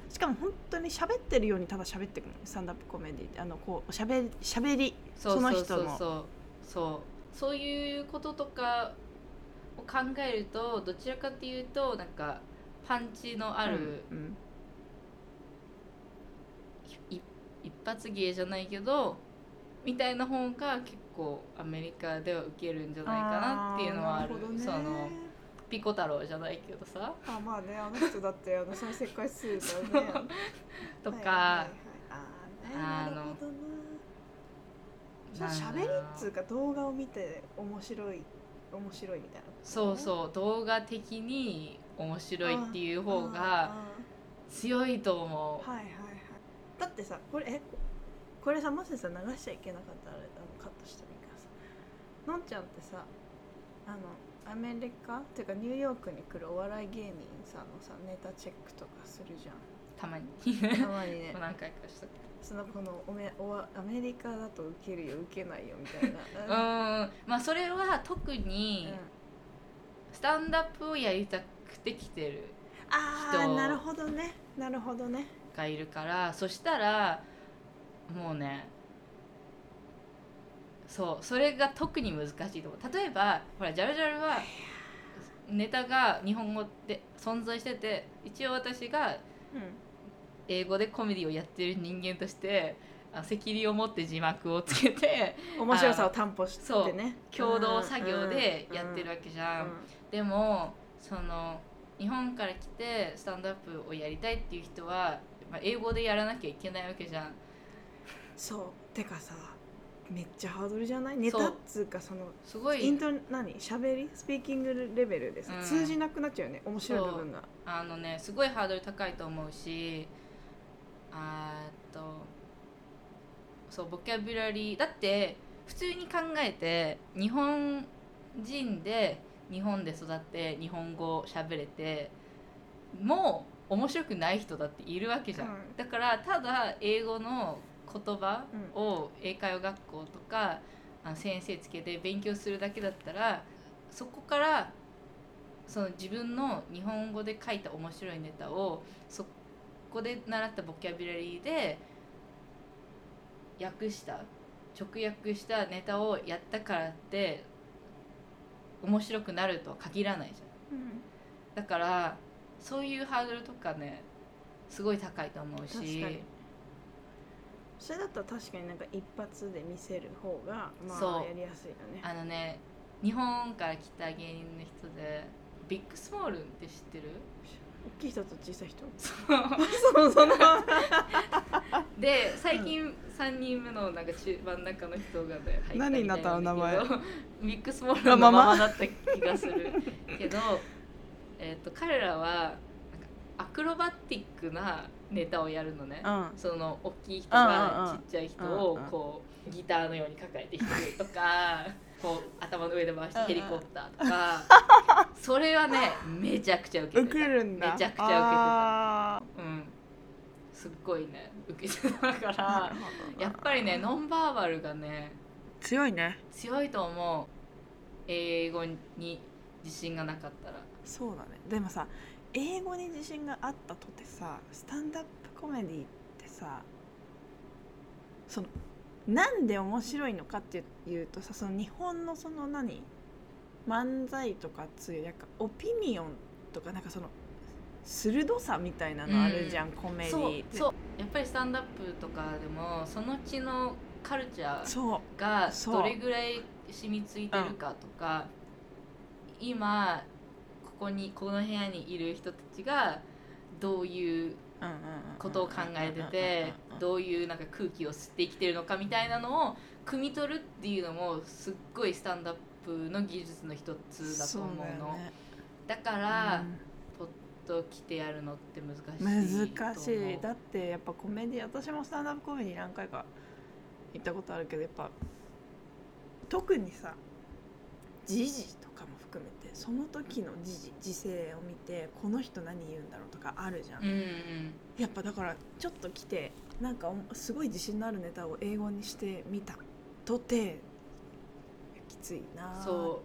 しかも本当に喋ってるようにただ喋ってくるスタンダップコメディってあのこう喋り喋りその人のそうそうそうそうそういうこととかを考えるとどちらかというとなんかパンチのある、うんうん、一発芸じゃないけどみたいな方が結構アメリカでは受けるんじゃないかなっていうのはある。そのピコ太郎じゃないけどさあまあねあの人だってあの再生回数だよねとか、はいはいはい、 あ、ね、なるほどな。しゃべりっつうか動画を見て面白い面白いみたいな、ね、 そうそう動画的に面白いっていう方が強いと思う。 はいはいはい。だってさこれえこれさもしさ流しちゃいけなかったらあれカットしてもいいからさ、のんちゃんってさあのアメリカっていうかニューヨークに来るお笑い芸人さんのさネタチェックとかするじゃん。 たまにたまにね何回かしたそのこのおめおアメリカだとウケるよウケないよみたいなうんまあそれは特にスタンダップをやりたくて来てる人ああなるほどねなるほどねがいるから、そしたらもうねそうそれが特に難しいと思う。例えばほらジャルジャルはネタが日本語で存在してて一応私が英語でコメディをやってる人間として責任を持って字幕をつけて面白さを担保してね共同作業でやってるわけじゃん、うんうんうん、でもその日本から来てスタンドアップをやりたいっていう人は、まあ、英語でやらなきゃいけないわけじゃん。 そうてかさめっちゃハードルじゃない？ネタっつうかそのすごいイント何喋りスピーキングレベルでさ、うん、通じなくなっちゃうよね面白い部分が。 あのねすごいハードル高いと思うしあーっとそうボキャブラリーだって普通に考えて日本人で日本で育って日本語を喋れてもう面白くない人だっているわけじゃん、うん、だからただ英語の言葉を英会話学校とか、うん、先生つけて勉強するだけだったらそこからその自分の日本語で書いた面白いネタをそこで習ったボキャブラリーで訳した直訳したネタをやったからって面白くなるとは限らないじゃん、うん、だからそういうハードルとかねすごい高いと思うし、確かにそれだったら確かになんか一発で見せる方がまあやりやすいよね。 あのね日本から来た芸人の人でビッグスモールンって知ってる？ 大きい人と小さい人そうそうそので最近さんにんめのなんか中真ん中の人がね入ったみたい何になったの名前ビッグスモールのままだった気がするけどえーと彼らはなんかアクロバティックなネタをやるのね、うん、その大きい人がちっちゃい人をこうギターのように抱えて引くとかこう頭の上で回してヘリコプターとかそれはねめちゃくちゃウケてた。 ウケるんだ。 めちゃくちゃウケてた。うん、すっごいねウケてたからやっぱりねノンバーバルがね強いね。 強いと思う。英語に自信がなかったら。 そうだね。でもさ英語に自信があったとてさスタンダップコメディってさそのなんで面白いのかっていうとさその日本のその何漫才とかつうなんかオピニオンとかなんかその鋭さみたいなのあるじゃん、うん、コメディって。 そうそうやっぱりスタンダップとかでもその地のカルチャーがどれぐらい染みついてるかとか、うん、今ここにこの部屋にいる人たちがどういうことを考えててどういうなんか空気を吸って生きてるのかみたいなのを汲み取るっていうのもすっごいスタンダップの技術の一つだと思うの。だ, ね、だから、うん、ポッと来てやるのって難しいと思う。 難しい。だってやっぱコメディ私もスタンダップコメディ何回か行ったことあるけどやっぱ特にさ時事とかも含めてその時の時事時勢を見てこの人何言うんだろうとかあるじゃん、 うんうん、 やっぱだからちょっと来てなんかすごい自信のあるネタを英語にしてみたとてきついなって思った。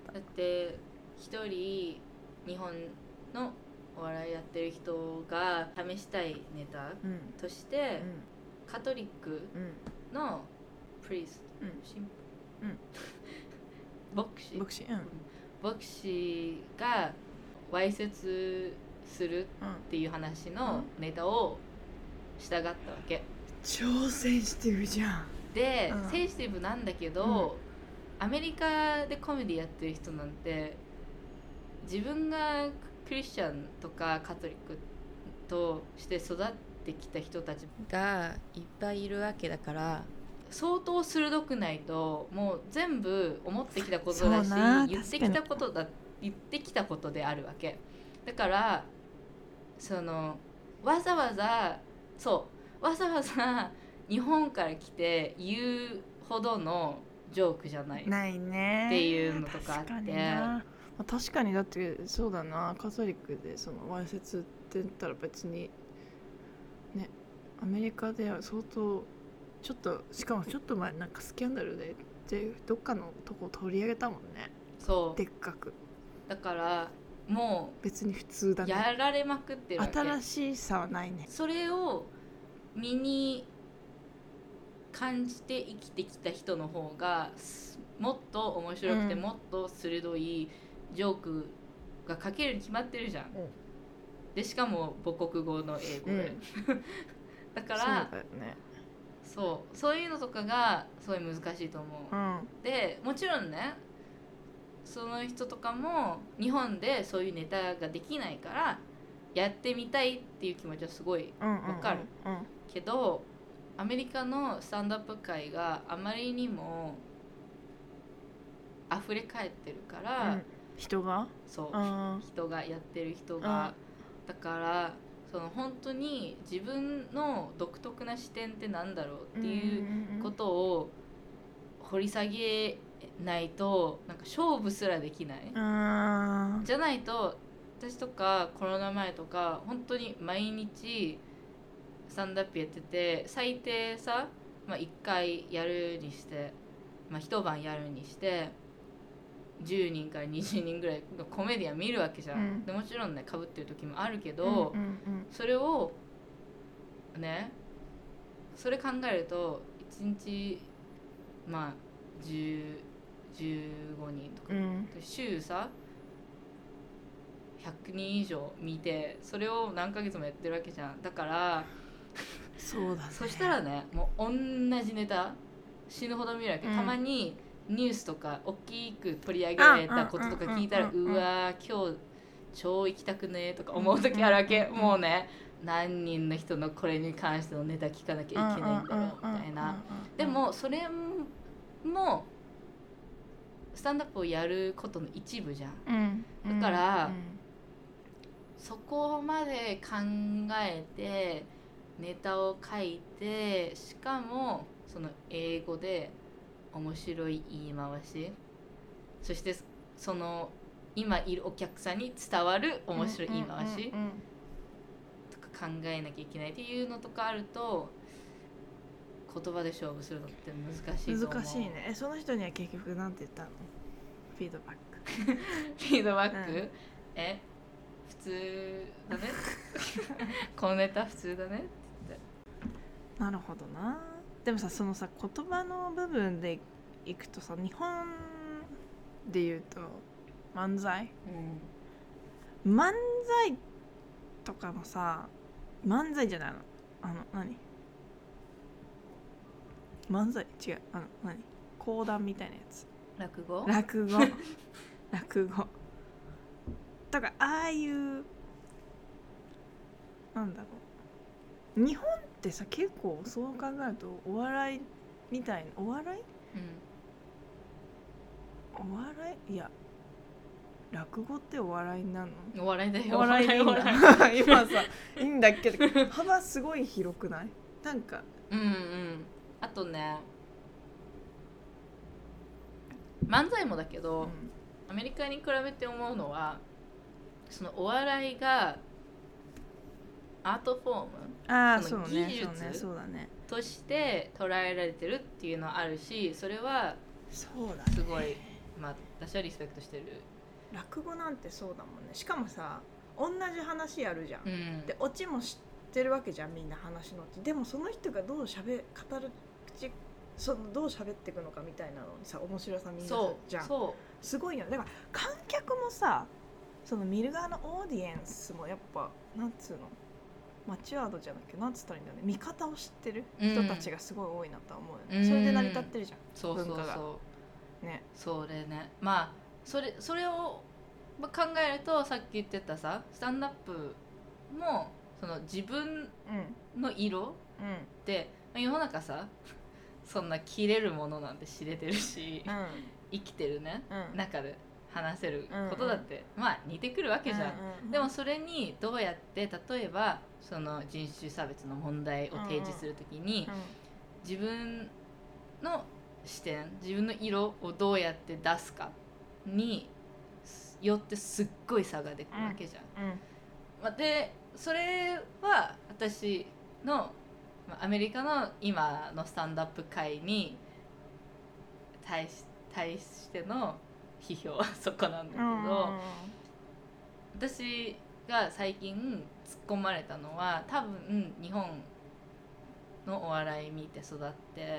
だって一人日本のお笑いやってる人が試したいネタとして、うんうん、カトリックのプリースト、うん、神父、うん、牧師牧師、うん牧師がわいせつするっていう話のネタをしたがったわけ、うん、 超センシティブじゃん。 で、うん、センシティブなんだけど、うん、アメリカでコメディやってる人なんて自分がクリスチャンとかカトリックとして育ってきた人たちがいっぱいいるわけだから相当鋭くないともう全部思ってきたことだし言ってきたことだ言ってきたことであるわけだからそのわざわざそうわざわざ日本から来て言うほどのジョークじゃないないねっていうのとかあって確かにな、確かにだってそうだなカトリックでそのわいせつって言ったら別にねアメリカでは相当ちょっとしかもちょっと前なんかスキャンダルででどっかのとこ取り上げたもんね。 そうでっかくだからもう別に普通だねやられまくってるわけ。 新しさはないね。 それを身に感じて生きてきた人の方がもっと面白くて、うん、もっと鋭いジョークが書けるに決まってるじゃん、うん、でしかも母国語の英語で、うん、だからそうだよねそうそういうのとかがすごい難しいと思う、うん、でもちろんねその人とかも日本でそういうネタができないからやってみたいっていう気持ちはすごいわかる、うんうんうんうん、けどアメリカのスタンドアップ界があまりにも溢れ返ってるから、うん、 人がそう人がやってる人がだからその本当に自分の独特な視点ってなんだろうっていうことを掘り下げないとなんか勝負すらできないじゃないと私とかコロナ前とか本当に毎日スタンドアップやってて最低さ、まあ、いっかいやるにして、まあ、一晩やるにしてじゅうにんからにじゅうにんぐらいのコメディアン見るわけじゃん、うん、でもちろんね被ってる時もあるけど、うんうんうん、それをねそれ考えるといちにちまあじゅう、じゅうごにんとか、うん、週さひゃくにん以上見てそれを何ヶ月もやってるわけじゃん。だからそうだね。 そしたらねもう同じネタ死ぬほど見るわけ、うん、たまにニュースとか大きく取り上げられたこととか聞いたら、うわー今日超行きたくねとか思う時あるわけ、うん、もうね何人の人のこれに関してのネタ聞かなきゃいけないんだろうみたいな。でもそれもスタンダップをやることの一部じゃん、うん、だから、うん、そこまで考えてネタを書いて、しかもその英語で面白い言い回し、そしてその今いるお客さんに伝わる面白い言い回しとか考えなきゃいけないっていうのとかあると、言葉で勝負するのって難しいと思う。 難しいね。え、その人には結局なんて言ったの？フィードバックフィードバック、うん、え普通だねこのネタ普通だねって言って。 なるほどな。でもさ、そのさ言葉の部分でいくとさ、日本で言うと漫才、うん、漫才とかもさ、漫才じゃないの、あの何漫才違う、あの何講談みたいなやつ、 落語落語落語とか、ああいうなんだろう、日本ってさ結構そう考えるとお笑いみたいな、お笑い、うん、お笑い、いや落語ってお笑いになるの？ お笑いだよ。 お笑いでいいんだ今さいいんだけど幅すごい広くない？なんかうんうん。あとね、漫才もだけど、うん、アメリカに比べて思うのは、そのお笑いがアートフォーム、 あ、 その技術として捉えられてるっていうのはあるし、それはすごい、まあ私はリスペクトしてる。 落語なんてそうだもんね。しかもさ、同じ話やるじゃん、うん、でオチも知ってるわけじゃん、みんな話のオチ。でもその人がどうしゃべ語る口、そのどう喋っていくのかみたいなのにさ、面白さみんなじゃん。そうすごいよ。だから観客もさ、その見る側のオーディエンスもやっぱなんつうの、マチュアードじゃなくてなんつったらいいんだよね、見方を知ってる人たちがすごい多いなとは思うよね、うん、それで成り立ってるじゃん、 そうそうそう、 文化がね。 それね、まあそれそれを考えると、さっき言ってたさスタンドアップもその自分の色って、うん、世の中さそんな切れるものなんて知れてるし、うん、生きてるね、うん、中で話せることだって、うんうん、まあ似てくるわけじゃん、うんうんうん、でもそれにどうやって例えばその人種差別の問題を提示するときに、うんうん、自分の視点、自分の色をどうやって出すかによってすっごい差が出てくるわけじゃん、うんうん、でそれは私のアメリカの今のスタンドアップ界に対し、対しての批評はそこなんだけど、うん、私が最近突っ込まれたのは、多分日本のお笑い見て育って、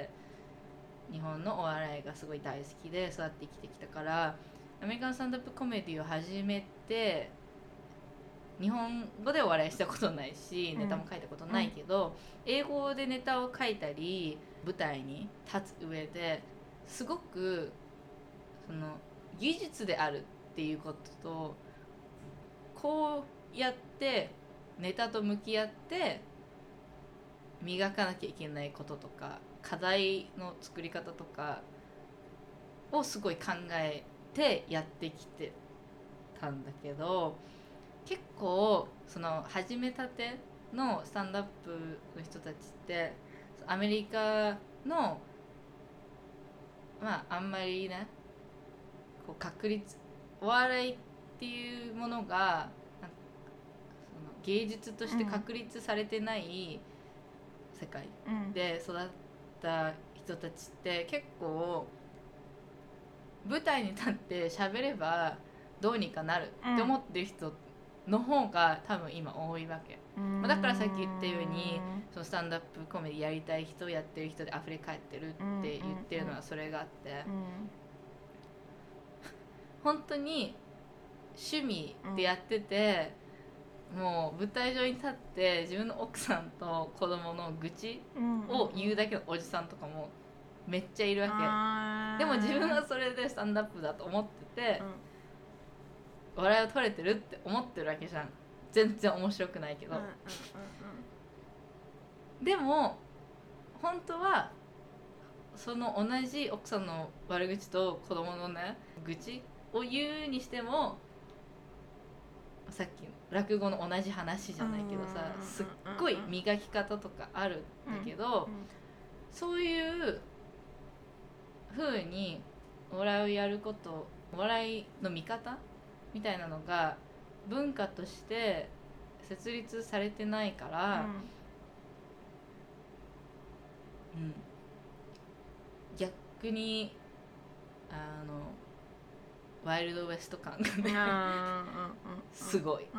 日本のお笑いがすごい大好きで育って生きてきたから、アメリカンスタンドアップコメディを始めて、日本語でお笑いしたことないし、ネタも書いたことないけど、うん、英語でネタを書いたり舞台に立つ上ですごくその技術であるっていうことと、こうやってネタと向き合って磨かなきゃいけないこととか、課題の作り方とかをすごい考えてやってきてたんだけど、結構その始めたてのスタンドアップの人たちってアメリカのまああんまりね、こう確立、お笑いっていうものがその芸術として確立されてない世界で育った人たちって結構舞台に立って喋ればどうにかなるって思ってる人の方が多分今多いわけ。だからさっき言ったように、そのスタンドアップコメディやりたい人、やってる人で溢れ返ってるって言ってるのはそれがあって、本当に趣味でやってて、もう舞台上に立って自分の奥さんと子供の愚痴を言うだけのおじさんとかもめっちゃいるわけ。でも自分はそれでスタンドアップだと思ってて、 笑いを取れてるって思ってるわけじゃん。全然面白くないけど、 うんうんうんでも本当はその同じ奥さんの悪口と子供のね愚痴を言うにしても、さっきの落語の同じ話じゃないけどさ、すっごい磨き方とかあるんだけど、 うんうん、 そういう風にお笑いをやること、お笑いの見方みたいなのが文化として設立されてないから、うんうん、逆にあのワイルドウエスト感がねすごい、もう、うん、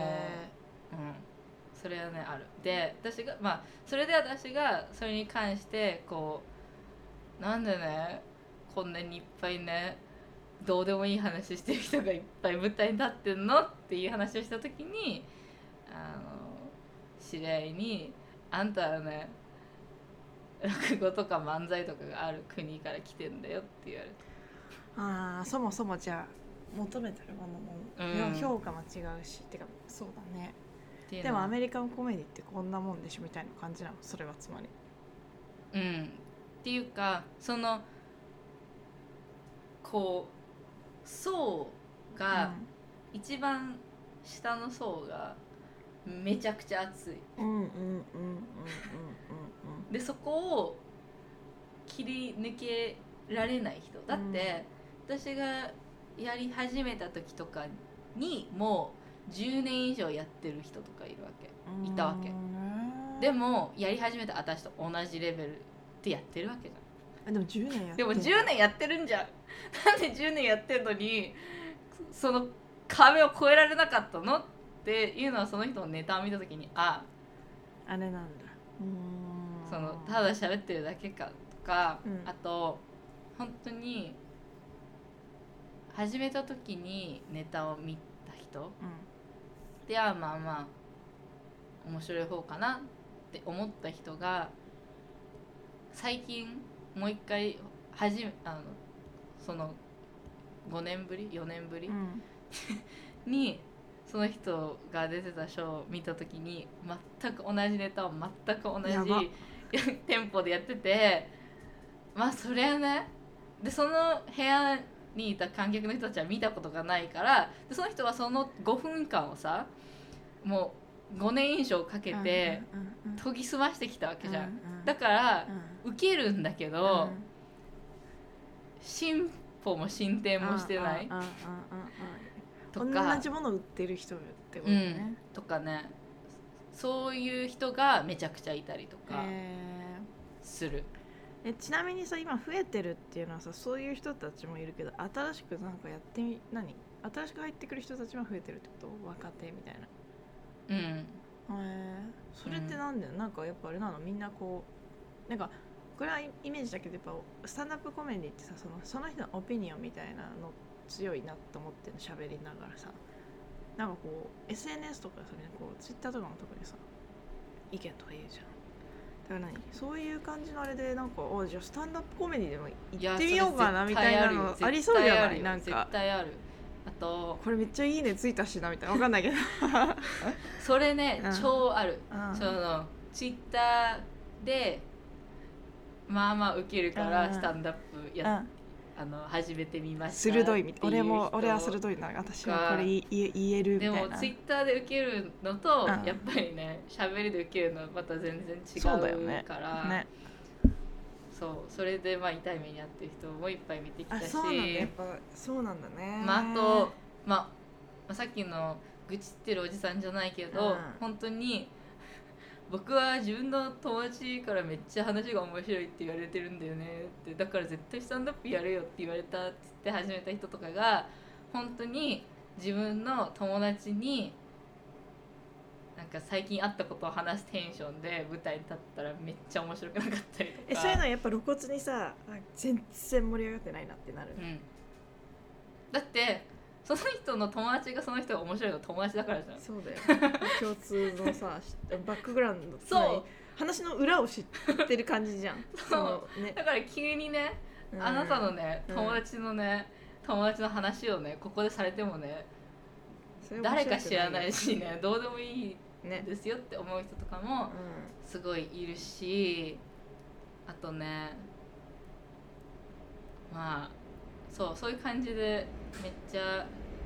それはねある。で私がまあそれで私がそれに関してこうなんでねこんなにいっぱいねどうでもいい話してる人がいっぱい舞台に立ってんのっていう話をした時に、あの知り合いにあんたはね落語とか漫才とかがある国から来てんだよって言われて、 ああそもそもじゃあ求めてるものも、うん、評価も違うし、ってかそうだね。でもアメリカンコメディってこんなもんでしょみたいな感じなの、それはつまり。 うんっていうか、そのこう層が、うん、一番下の層がめちゃくちゃ熱い。でそこを切り抜けられない人だって、うん、私がやり始めた時とかにもうじゅうねん以上やってる人とかいるわけ、いたわけ。でもやり始めた私と同じレベルでやってるわけじゃん。 でもじゅうねんやってでもじゅうねんやってるんじゃん。なんでじゅうねんやってんのにその壁を越えられなかったのっていうのは、その人のネタを見た時に、ああれなんだ、うーん、 そのただ喋ってるだけかとか、うん、あと本当に始めた時にネタを見た人、うん、ではまあまあ面白い方かなって思った人が最近もう一回はじめあのそのごねんぶりよねんぶり、うん、にその人が出てたショーを見た時に全く同じネタを全く同じテンポでやってて、まあそれはね、でその部屋にいた観客の人たちは見たことがないから、でその人はそのごふんかんをさもうごねん以上かけて研ぎ澄ましてきたわけじゃん、うんうん、だから、うん、受けるんだけど、うん、進歩も進展もしてないとか、 同じものを売ってる人ってことね、 うん、とかね、そういう人がめちゃくちゃいたりとかする。 えちなみにさ、今増えてるっていうのはさ、そういう人たちもいるけど、新しくなんかやってみ何新しく入ってくる人たちも増えてるってこと？若手みたいな。うん。へえー、それってなんだよ、うん、なんかやっぱあれなの、みんなこうなんかこれはイメージだけど、やっぱスタンダップコメディってさ、そのその人のオピニオンみたいなの強いなと思ってるの、喋りながらさ、なんかこう エスエヌエス とかそれこうツイッターとかも特にさ意見とか言うじゃん。だから何そういう感じのあれでなんか、おじゃあスタンダップコメディでも行ってみようかなみたいなのありそうじゃない？なんか絶対ある。あとこれめっちゃいいねついたしなみたいな、わかんないけどそれね、うん、超ある、 うん、 そのツイッターでまあまあウケるからスタンダップや、うん、あの始めてみましたっていう人、 鋭いみたいな。俺も俺は鋭いな、私はこれ言え、言えるみたいな。 でもツイッターでウケるのと、うん、やっぱりね喋りでウケるのはまた全然違うから、そうだよね、ね、そうそれでまあ痛い目に遭ってる人もいっぱい見てきたし、あ、 そうなんだ、やっぱそうなんだね。 まあ、あと、まあ、さっきの愚痴ってるおじさんじゃないけど、うん、本当に僕は自分の友達からめっちゃ話が面白いって言われてるんだよねって、だから絶対スタンドアップやれよって言われたって言って始めた人とかが本当に自分の友達になんか最近あったことを話すテンションで舞台に立ったらめっちゃ面白くなかったりとか。 え、そういうのはやっぱ露骨にさ全然盛り上がってないなってなる、 うん、だってその人の友達がその人が面白いの友達だからじゃん。 そうだよ共通のさバックグラウンド、そう話の裏を知ってる感じじゃんそう、ね、だから急にね、うん、あなたのね友達のね、 友達の話をねここでされてもね誰か知らないしねどうでもいいですよって思う人とかもすごいいるし、あとねまあそうそういう感じでめっちゃや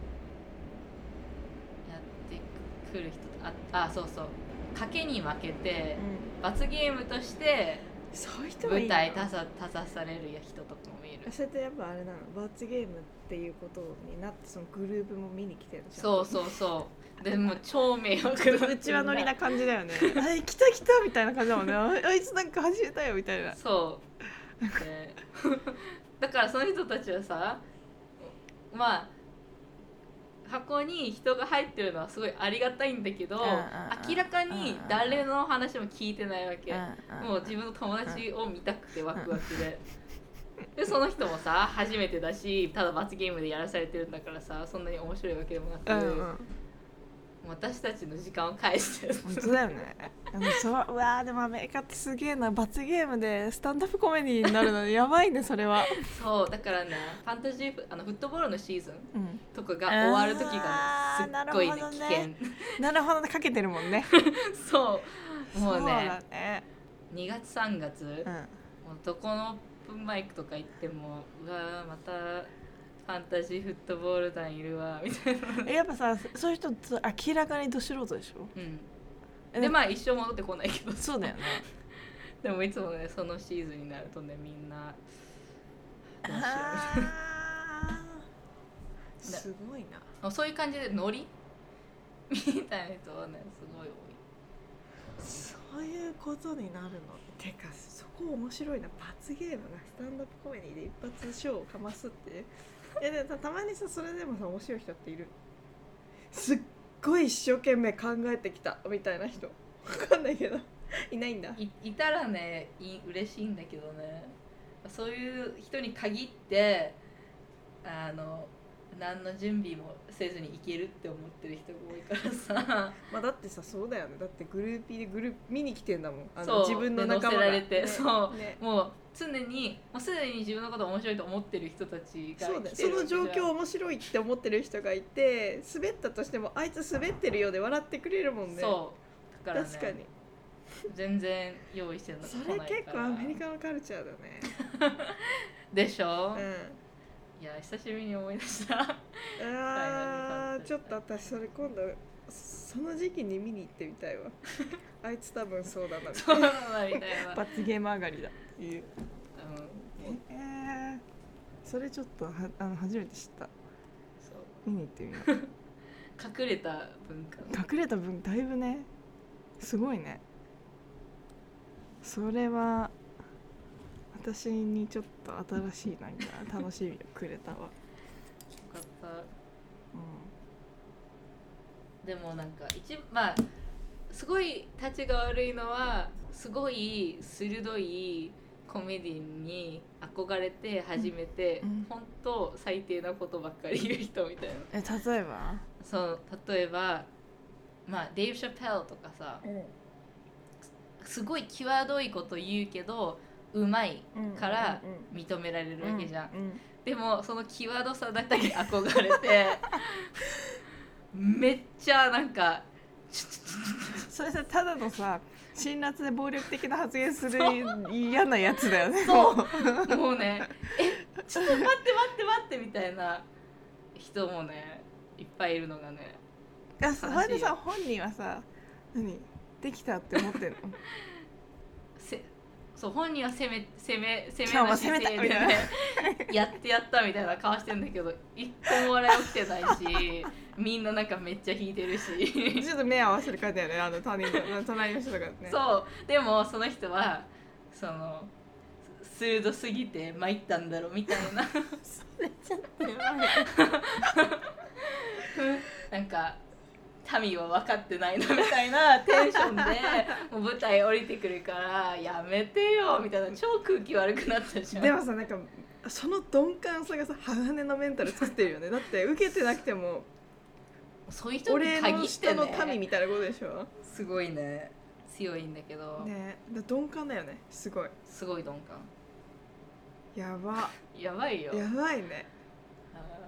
ってくる人ああそうそう賭けに負けて、うん、罰ゲームとしてそういう人もいい舞台立た立たされる人とかもいる。 それってやっぱあれなの罰ゲームっていうことになってそのグループも見に来てるじゃん。 そうそうそうでも超迷惑なうちはノリな感じだよねあ来た来たみたいな感じだもんねあいつなんか始めたよみたいな。 そうでだからその人たちはさまあ箱に人が入ってるのはすごいありがたいんだけど、明らかに誰の話も聞いてないわけ。もう自分の友達を見たくてワクワクででその人もさ初めてだしただ罰ゲームでやらされてるんだからさそんなに面白いわけでもなく、うんうん、私たちの時間を返して本当だよねあのそううわーでもアメリカってすげえな罰ゲームでスタンドアップコメディになるのやばいねそれはそうだからねファンタジーあのフットボールのシーズンとかが終わる時が、ね、すっごい、ね、危険なるほどねかけてるもんねそうもうねそうねにがつさんがつ、うん、もうどこのオープンマイクとか行ってもうわまたファンタジーフットボール団いるわみたいなやっぱさそういう人明らかにど素人でしょ、 うん、でまあ一生戻ってこないけどそうだよねでもいつもねそのシーズンになるとねみんなどうしようみたいなすごいなそういう感じでノリみたいな人はねすごい多い。 そういうことになるのてかそこ面白いな罰ゲームがスタンドアップコメディで一発ショーをかますっていやでも た, たまにさそれでもさ面白い人っているすっごい一生懸命考えてきたみたいな人分かんないけどいないんだい, いたらねい嬉しいんだけどねそういう人に限ってあの何の準備もせずにいけるって思ってる人が多いからさまあだってさそうだよねだってグルーピーでグループ見に来てんだもんあの自分の仲間が乗せられて、ね、そう、 ね、 もう常にもうすでに自分のこと面白いと思ってる人たちが来てるそうだその状況面白いって思ってる人がいて滑ったとしてもあいつ滑ってるようで笑ってくれるもんね。 そうだから、ね、 確かに全然用意してるのそれ結構アメリカのカルチャーだねでしょ、 うんいや久しぶりに思い出したあーちょっと私それ今度その時期に見に行ってみたいわあいつ多分そうだなみたいなそうだなみたいな罰ゲーム上がりだっていう、うん、えー、それちょっとはあの初めて知ったそう見に行ってみよう隠れた文化隠れた文化だいぶねすごいねそれは私にちょっと新しいなんか楽しみをくれたわよかった、 うん、 でもなんか一まあすごい立ちが悪いのはすごい鋭いコメディに憧れて始めて、うん、本当最低なことばっかり言う人みたいな。 え例えばそう例えばまあデイブ・シャペルとかさ、うん、すごい際どいこと言うけどうまいから認められるわけじゃん、うんうんうん、でもその際どさだけに憧れてめっちゃなんかそれさただのさ辛辣で暴力的な発言する嫌なやつだよねそうもうねえちょっと待って待って待ってみたいな人もねいっぱいいるのがねいやそれでさ本人はさ何できたって思ってるのせそう本人は攻め攻め攻めの姿勢で、ね、やってやったみたいな顔してるんだけど一個も笑い起きてないしみんななんかめっちゃ引いてるしちょっと目合わせる感じだよねあの他人の隣の人とかねそうでもその人はその鋭すぎて参ったんだろうみたいなそれちょっとやばいなんか民は分かってないなみたいなテンションでもう舞台降りてくるからやめてよみたいな超空気悪くなったじゃん。 でもさなんかその鈍感さがさ鋼のメンタル作ってるよねだって受けてなくてもそういう人に限ってね俺の下の民みたいなことでしょすごいね強いんだけどねだ鈍感だよねすごいすごい鈍感やばやばいよやばいね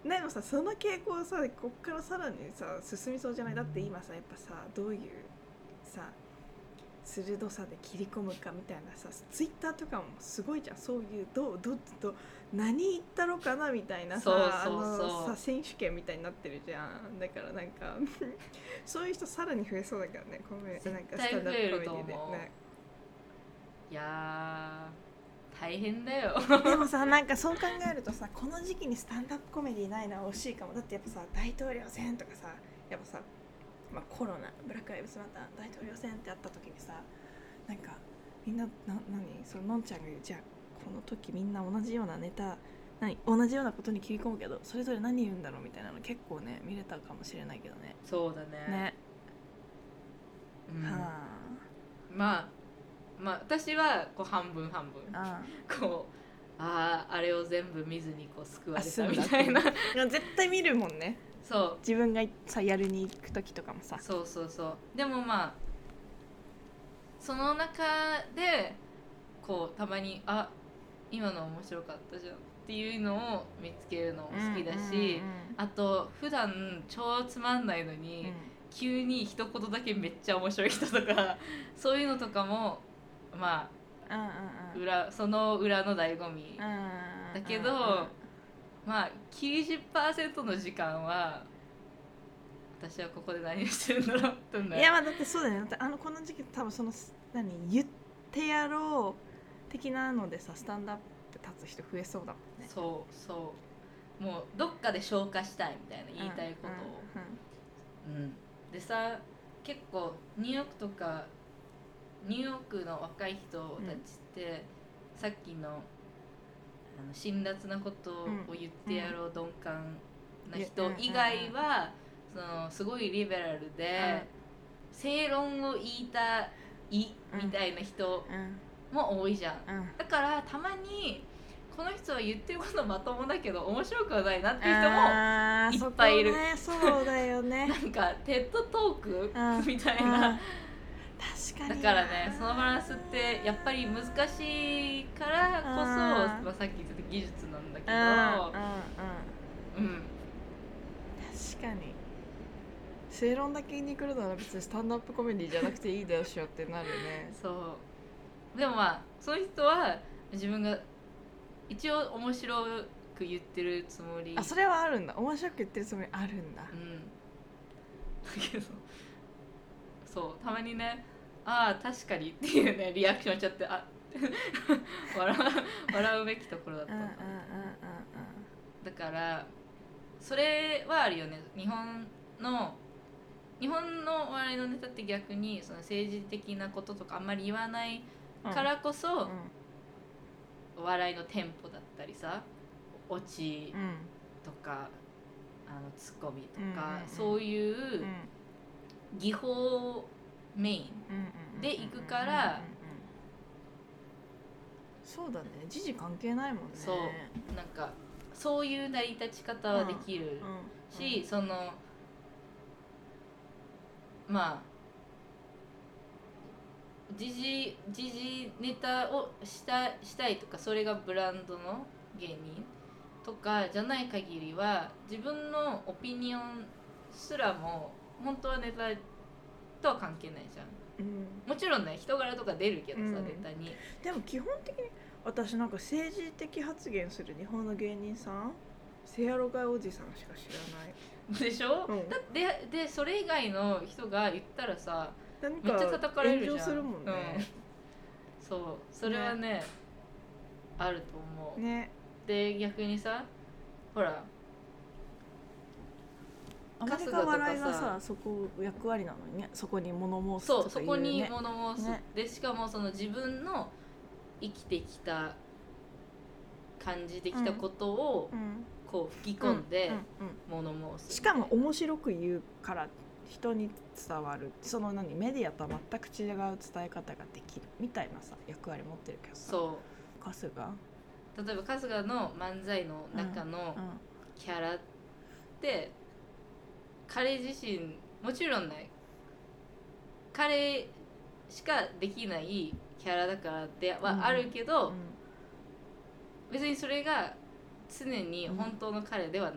でもさその傾向さこっからさらにさ進みそうじゃない？だって今さやっぱさどういうさ鋭さで切り込むかみたいなさツイッターとかもすごいじゃん。そういうどうどっちと何言ったろかなみたいなさそうそうそうあのさ選手権みたいになってるじゃん。だからなんかそういう人さらに増えそうだからね。コメなんか絶対増えると思うスタンダップコメディでね。 いやー大変だよでもさなんかそう考えるとさこの時期にスタンダップコメディないのは惜しいかも。だってやっぱさ大統領選とかさやっぱさ、まあ、コロナブラックライブズマター大統領選ってあった時にさなんかみんなな何そののんちゃんが言うじゃあこの時みんな同じようなネタ何同じようなことに切り込むけどそれぞれ何言うんだろうみたいなの結構ね見れたかもしれないけどね。 そうだねね、 うん、 はまあまあ私はこう半分半分あこうあああれを全部見ずにこう救われたあみたいなでも絶対見るもんね。 そう自分がさやるに行く時とかもさ。 そうそうそうでもまあその中でこうたまにあ今の面白かったじゃんっていうのを見つけるのも好きだし、 うんうんうんうん、 あと普段超つまんないのに、うん、急に一言だけめっちゃ面白い人とかそういうのとかもまあ、うんうんうん、裏その裏の醍醐味、うんうんうん、だけど、まあ きゅうじゅっパーセント の時間は私はここで何をしてるんだろうってんだよ。 いやまあだってそうだよね。だってあのこの時期多分その何言ってやろう的なのでさスタンドアップ立つ人増えそうだもんね。 そうそうもうどっかで消化したいみたいな言いたいことを、うんうんうん、でさ結構ニューヨークとかニューヨークの若い人たちって、うん、さっきのあの辛辣なことを言ってやろう、うん、鈍感な人以外は、うん、そのすごいリベラルで、うん、正論を言いたいみたいな人も多いじゃん、うんうん、だからたまにこの人は言ってることまともだけど面白くはないなっていう人もいっぱいいる。 そこね、そうだよねなんかテッドトーク、うん、みたいな、 確かにだからねそのバランスってやっぱり難しいからこそ、まあ、さっき言った技術なんだけど、うんうんうん、 確かに正論だけ言いに来るなら別にスタンドアップコメディじゃなくていいでしょってなるねそうでもまあそういう人は自分が一応面白く言ってるつもり。 あ、それはあるんだ。面白く言ってるつもりあるんだ。 うん。だけどそうたまにねああ確かにっていうねリアクションしちゃってあ笑う笑うべきところだったんだ、うんうんうんうん、だからそれはあるよね。日本の日本の笑いのネタって逆にその政治的なこととかあんまり言わないからこそ、うんうん笑いのテンポだったりさオチとか、うん、あのツッコミとか、うんうんうん、そういう技法メインでいくからそうだね時事関係ないもんね。 そうなんかそういう成り立ち方はできるし、うんうんうん、そのまあ時事時事ネタをしたしたいとかそれがブランドの芸人とかじゃない限りは自分のオピニオンすらも本当はネタとは関係ないじゃん、うん、もちろんね人柄とか出るけどさ、うん、ネタにでも基本的に私なんか政治的発言する日本の芸人さんセアロガイおじさんしか知らないでしょ、うん、だででそれ以外の人が言ったらさめっちゃ叩かれるじゃん。 炎上するもんね、うん、 そうそれはね、ねあると思う、ね、で逆にさほらアメリカ笑いがさそこ役割なのにねそこに物申すとかいう、ね、 そうそこに物申す、ね、でしかもその自分の生きてきた感じてきたことをこう吹き込んで物申す、 しかも面白く言うから人に伝わるその何メディアとは全く違う伝え方ができるみたいなさ役割持ってるけどさそう春日例えば春日の漫才の中のキャラって、うんうん、彼自身もちろんね彼しかできないキャラだからではあるけど、うんうん、別にそれが常に本当の彼ではないわけじ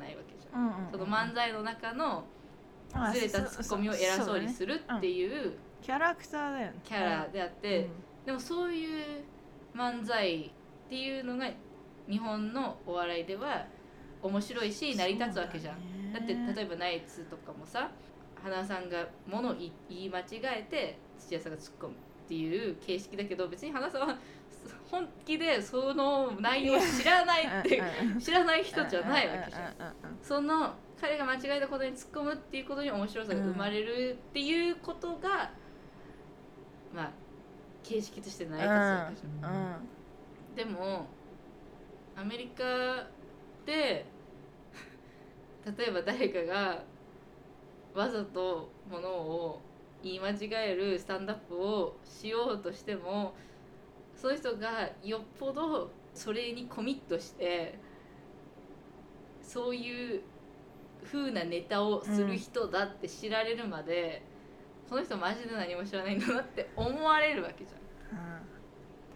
うんうんうん、 その漫才の中のずれたツッコミを偉そうにするっていうキャラクターだよね、 キャラであって、うん、でもそういう漫才っていうのが日本のお笑いでは面白いし成り立つわけじゃん。 だ, だって例えばナイツとかもさ、花さんが物を言い間違えて土屋さんが突っ込むっていう形式だけど、別に花さんは本気でその内容を知らないって知らない人じゃないわけじゃん。その彼が間違えたことに突っ込むっていうことに面白さが生まれるっていうことが、まあ形式として成り立つわけじゃん。でもアメリカで例えば誰かがわざとものを言い間違えるスタンダップをしようとしても、その人がよっぽどそれにコミットしてそういう風なネタをする人だって知られるまで、うん、この人マジで何も知らないんだなって思われるわけじゃん、うん、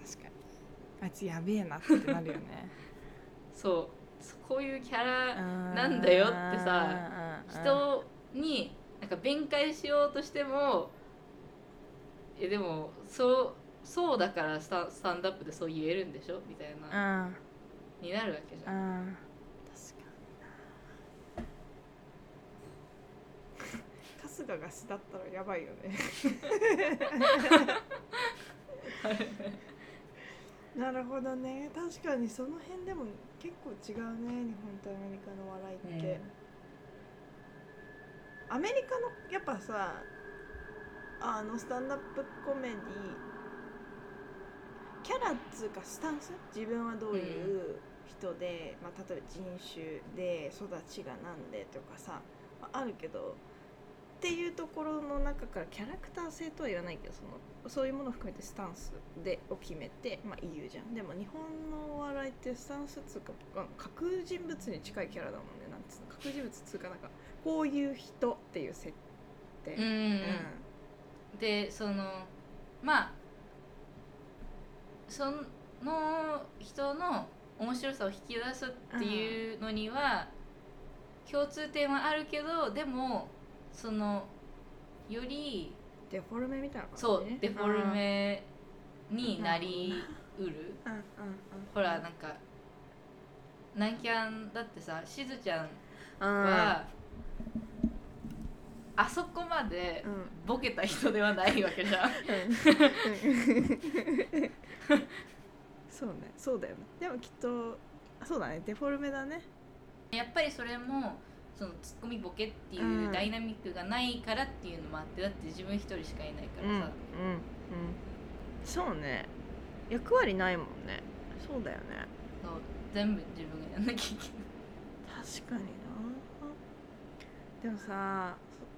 確かにあいつやべえなってなるよねそうこういうキャラなんだよってさ、人になんか弁解しようとしても、えでもそうそうだからス タ, スタンドアップでそう言えるんでしょみたいな、になるわけじゃん。確かに春日が死だったらやばいよねなるほどね。確かにその辺でも結構違うね、日本とアメリカの笑いって、うん、アメリカのやっぱさ、あのスタンダップコメディキャラっつうかスタンス、自分はどういう人で、うん、まあ、例えば人種で育ちがなんでとかさ、まあ、あるけどっていうところの中からキャラクター性とは言わないけど、そのそういうものを含めてスタンスでを決めて、まあ、言うじゃん。でも日本のお笑いってスタンスっつうか架空人物に近いキャラだもんね。なんつうの、架空人物っつうかなんかこういう人っていう設定、 うんうん、でそのまあその人の面白さを引き出すっていうのには共通点はあるけど、でもそのよりデフォルメみたいな感じ、 そうデフォルメになりうる、ほらなんか南キャンだってさ、しずちゃんはあそこまでボケた人ではないわけじゃん、 そうね、そうだよね。でもきっとそうだね、デフォルメだね。 やっぱりそれもそのツッコミボケっていうダイナミックがないからっていうのもあって、だって自分一人しかいないからさ、うんうんうん、 そうね、役割ないもんね。そうだよね。 そう全部自分がやんなきゃいけない。 確かにな。でもさ、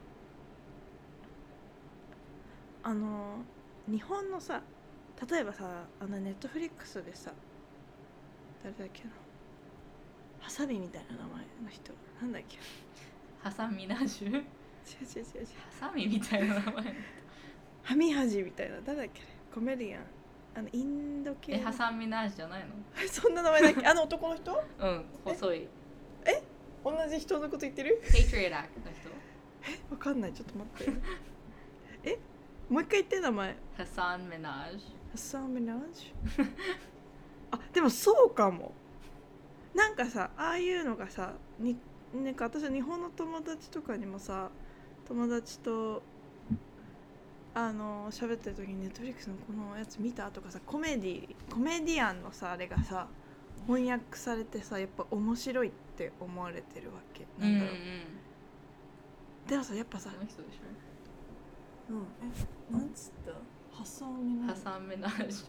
あの日本のさ、例えばさ、あのネットフリックスでさ、誰だっけな、ハサミみたいな名前の人なんだっけ、 ハサミナジュ、違う違う違う違う、ハサミみたいな名前ハミハジみたいな、誰だっけ、コメディアン、あのインド系、 えハサミナージじゃないのそんな名前だっけ、あの男の人うん細い、 え同じ人のこと言ってる、 ペイトリオットアクトの人、 えわかんない、ちょっと待ってえもう一回言って名前、 ハサン・ミナージ、 ハサン・ミナージあ、でもそうかも。なんかさ、ああいうのがさ、になんか私は日本の友達とかにもさ、友達とあの喋ってる時にネットフリックスのこのやつ見たとかさ、コメディコメディアンのさあれがさ翻訳されてさ、やっぱ面白いって思われてるわけなんだろう、うんうん、でもさやっぱさ、 この人でしょ、うん、えなんつったハサン・ミナージ、 ハサン・ミナージ、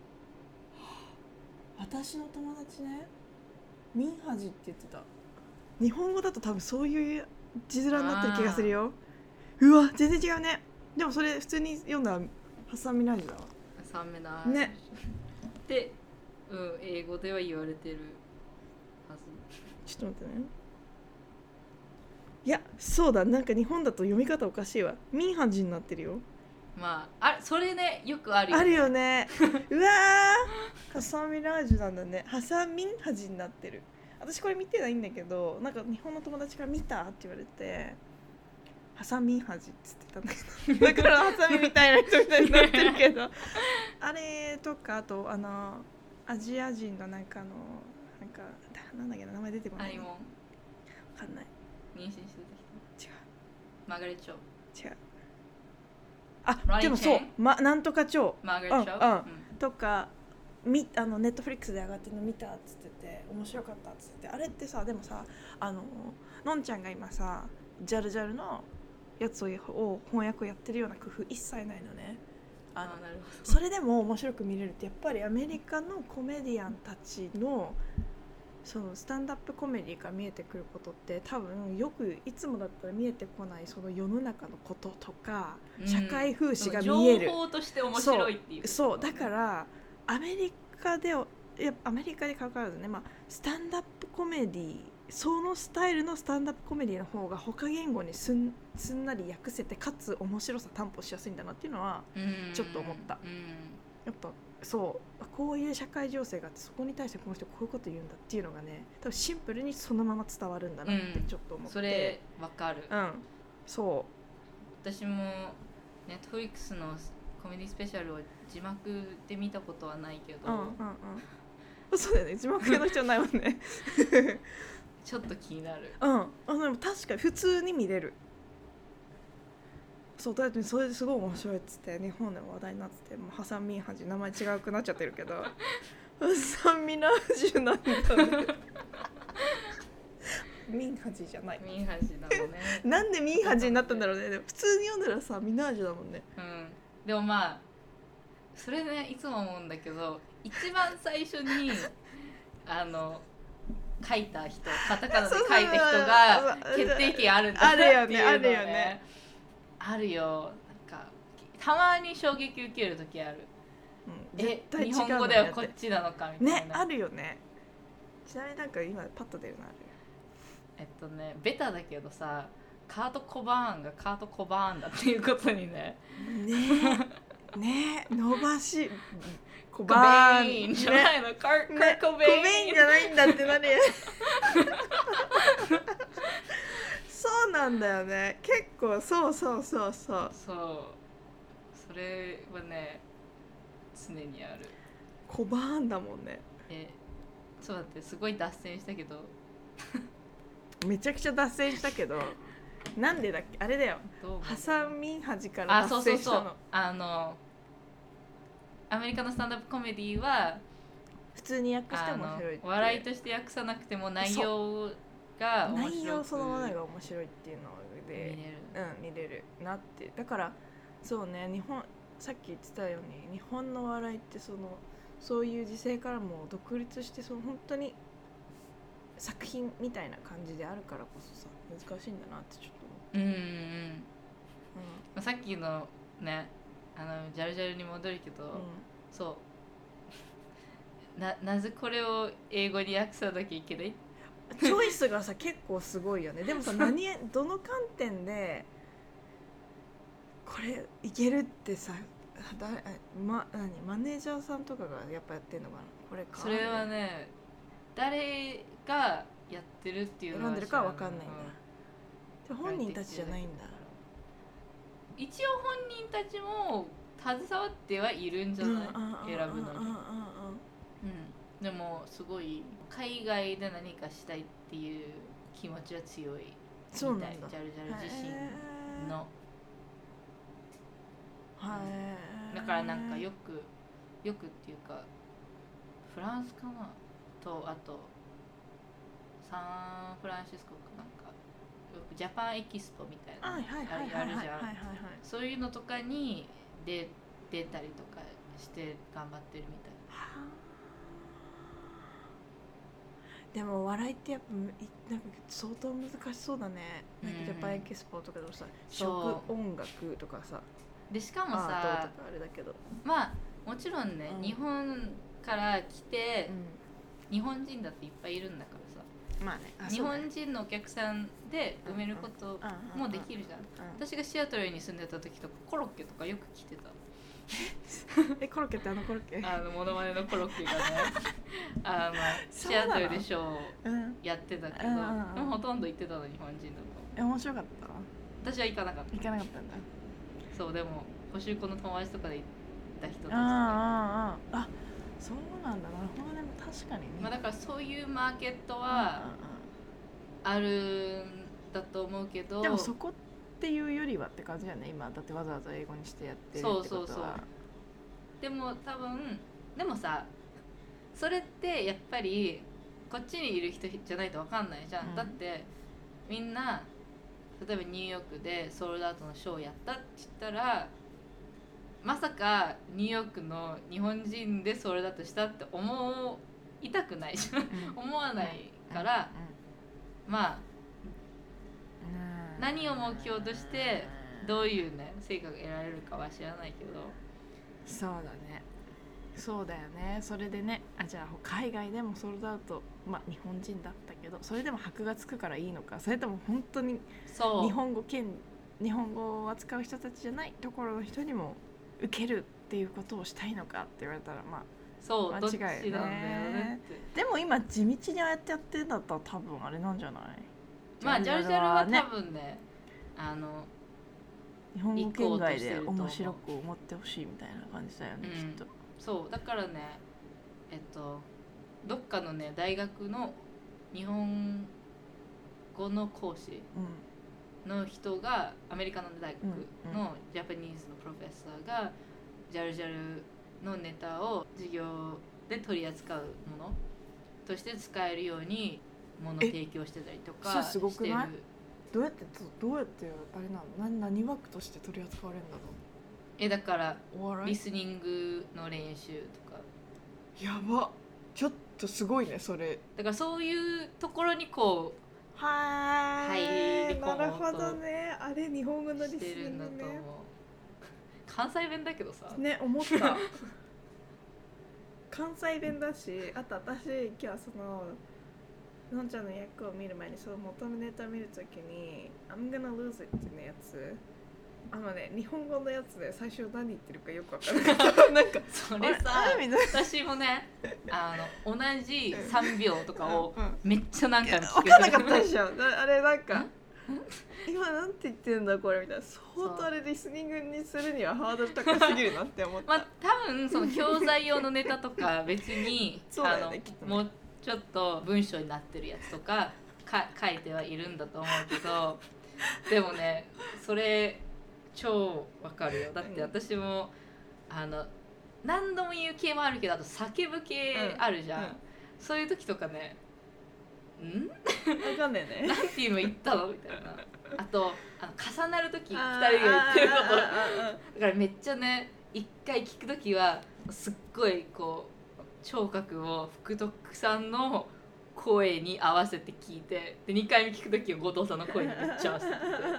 私の友達ね、ミンハジって言ってた。日本語だと多分そういう字面になってる気がするよ。うわ全然違うね。でもそれ普通に読んだらハサン・ミナージだわ。ハサン・ミナージねで、うん、英語では言われてるはず。ちょっと待ってね。いやそうだ、なんか日本だと読み方おかしいわ。ミンハジになってるよ。 まあ、あそれねよくあるよね。 あるよねうわーハサン・ミナージュなんだね。ハサン・ミンハジになってる。 私これ見てないんだけど、なんか日本の友達から見たって言われて、ハサミハジっつってたんだけどだからハサミみたいな人みたいになってるけどあれとか、あとあのアジア人のなんかあのなんかなんだっけな、名前出てこない。 アイモンわかんない。 妊娠してた人。違う。マーガレット・チョ違う。あ、でもそう、ま、なんとか超マーガレット・チョ、 うんうんうん、とかみあのネットフリックスで上がってるの見たっつってて面白かったっつってて、あれってさ、でもさ、あののんちゃんが今さジャルジャルのやつを翻訳やってるような工夫一切ないのね。あのあ、なるほど。 それでも面白く見れるって、やっぱりアメリカのコメディアンたちのそのスタンダップコメディが見えてくることって、多分よくいつもだったら見えてこないその世の中のこととか、うん、社会風刺が見える、 情報として面白いっていう。 そう、そうだからアメリカでやアメリカで関わらずね、まあ、スタンダップコメディ、そのスタイルのスタンダップコメディの方が他言語にす ん, すんなり訳せて、かつ面白さ担保しやすいんだなっていうのはちょっと思った。やっぱそうこういう社会情勢があって、そこに対してこの人こういうこと言うんだっていうのがね、多分シンプルにそのまま伝わるんだなってちょっと思って、うん、 それわかる。 うんそう私もネットフリックスのコメディスペシャルを字幕で見たことはないけど、 うんうんうん、そうだよね、字幕の必要ないもんねちょっと気になる。 うん、あでも確かに普通に見れる。そうだってそれですごい面白いっつって日本でも話題になってて、もうハサンミンハジ名前違くなっちゃってるけどハサンミナージュなんだねミンハジじゃない、 ミンハジだもんねなんでミンハジになったんだろうね。でも普通に読んだらさミナージュだもんね。 うん、でもまあそれねいつも思うんだけど、一番最初にあの書いた人、カタカナで書いた人が決定権あるんだなっていうのは、ね、あるよね、あるよね、あるよ。なんかたまに衝撃受ける時ある、うん、え日本語ではこっちなのかみたいなね、あるよね。ちなみになんか今パッと出るのある。 えっとねベタだけどさ、カート・コバーンがカート・コバーンだっていうことにねねえねえ伸ばしコバーンじゃないの、ね、カート・コベイン、 コベインじゃないんだってなるそうなんだよね、結構そうそうそうそうそう、それはね常にある。 コバーンだもんね。 えそうだって、すごい脱線したけどめちゃくちゃ脱線したけどなんでだっけ、あれだよ、ハサンミンハジから脱線したの。あ、そうそうそう、 あのアメリカのスタンダップコメディは普通に訳しても面白いって、 笑いとして訳さなくても内容が面白い、 内容そのものが面白いっていうので見れる、 うん、見れるなって。だからそうね、日本さっき言ってたように日本の笑いってそのそういう時勢からも独立して、その本当に作品みたいな感じであるからこそさ難しいんだなってちょっと思って。 うんうんうん、うん、さっきのねあのジャルジャルに戻るけど、うん、そうななぜこれを英語に訳さなきゃいけないチョイスがさ結構すごいよね。でもさ何どの観点でこれいけるってさだ、ま、何マネージャーさんとかがやっぱやってんのかな、これか。 それはね誰がやってるっていうのは選んでるかは分かんないんだ、うん、本人たちじゃないんだ。 一応本人たちも携わってはいるんじゃない、うん、選ぶのに、うん、でもすごい海外で何かしたいっていう気持ちは強いみたい、ジャルジャル自身の、うん、だからなんかよくよくっていうかフランスかなと、あとサンフランシスコかなんかジャパンエキスポみたいなのあるじゃん。そういうのとかに出出たりとかして頑張ってるみたい。 でも笑いってやっぱなんか相当難しそうだね。なんかジャパンエキスポとかでもさ、食音楽とかさ、 でしかもさ、 アートとかあれだけど、 まあもちろんね、うん、日本から来て、うん、日本人だっていっぱいいるんだからさ、 まあね、あ日本人のお客さんで埋めることもできるじゃん。私がシアトルに住んでた時とかコロッケとかよく来てた。 えコロッケってあのコロッケあのモノマネのコロッケがねあのシアトルでショーをやってたけど、うん、でもほとんど行ってたの日本人だと。 え面白かった私は行かなかった。 行かなかったんだ。 そうでも補習校の友達とかで行った人たちとか、 あああそうなんだ。なるほどね。確かにね、 まあ、だからそういうマーケットはあるんだと思うけど、 でもそこっていうよりはって感じだよね今。だってわざわざ英語にしてやってるってことは。そうそうそう。 でも多分でもさそれってやっぱりこっちにいる人じゃないと分かんないじゃん、うん、だってみんな例えばニューヨークでソールドアウトのショーをやったって言ったらまさかニューヨークの日本人でソールドアウトしたって思いたくないじゃん、うん、思わないから、うん、まあ、うん、何を目標としてどういうね成果が得られるかは知らないけど。 そうだねそうだよね。それでねあじゃあ海外でもソールドアウト、まあ、日本人だったけどそれでも箔がつくからいいのか、それとも本当に日本語圏日本語を扱う人たちじゃないところの人にも受けるっていうことをしたいのかって言われたらまあそう間違いよね。でも今地道にああやってやってるんだったら多分あれなんじゃない。 まあジャルジャルは多分ねあの日本語圏外で面白く思ってほしいみたいな感じだよね、うん、きっと。 そうだからねえっとどっかのね大学の日本語の講師の人が、うん、アメリカの大学のジャパニーズのプロフェッサーがジャルジャルのネタを授業で取り扱うものとして使えるようにもの提供してたりとかしてる。 それすごくない？どうやってどうやってあれなの？何何枠として取り扱われるんだろう。 えだからリスニングの練習とか。 やばちょっとすごいねそれ。 だからそういうところにこうはーいなるほどね。あれ日本語のリスニングねしてるんだと思う。 関西弁だけどさね思った関西弁だし、あと私今日そののんちゃんの役を見る前にその元のネタを見るときに I'm gonna lose it っていうやつあのね日本語のやつで最初何言ってるかよくわからないなんかそれさ私もねあの同じさんびょうとかをめっちゃ何回も聞く。 分からなかったでしょあれなんか今なんて言ってんだこれみたいな。相当あれリスニングにするにはハードル高すぎるなって思った。 まあ多分その教材用のネタとか別にそうだよね、きっとね、 もうちょっと文章になってるやつとかか書いてはいるんだと思うけどでもねそれ超わかるよ。だって私もあの何度も言う系もあるけどあと叫ぶ系あるじゃん、うんうん、そういう時とかねんわかんないねなんていうの言ったのみたいな。あとあの重なる時ふたりが言ってることだからめっちゃね一回聞く時はすっごいこう聴覚を福徳さんの声に合わせて聞いてでにかいめ聞く時は後藤さんの声にめっちゃ合わせて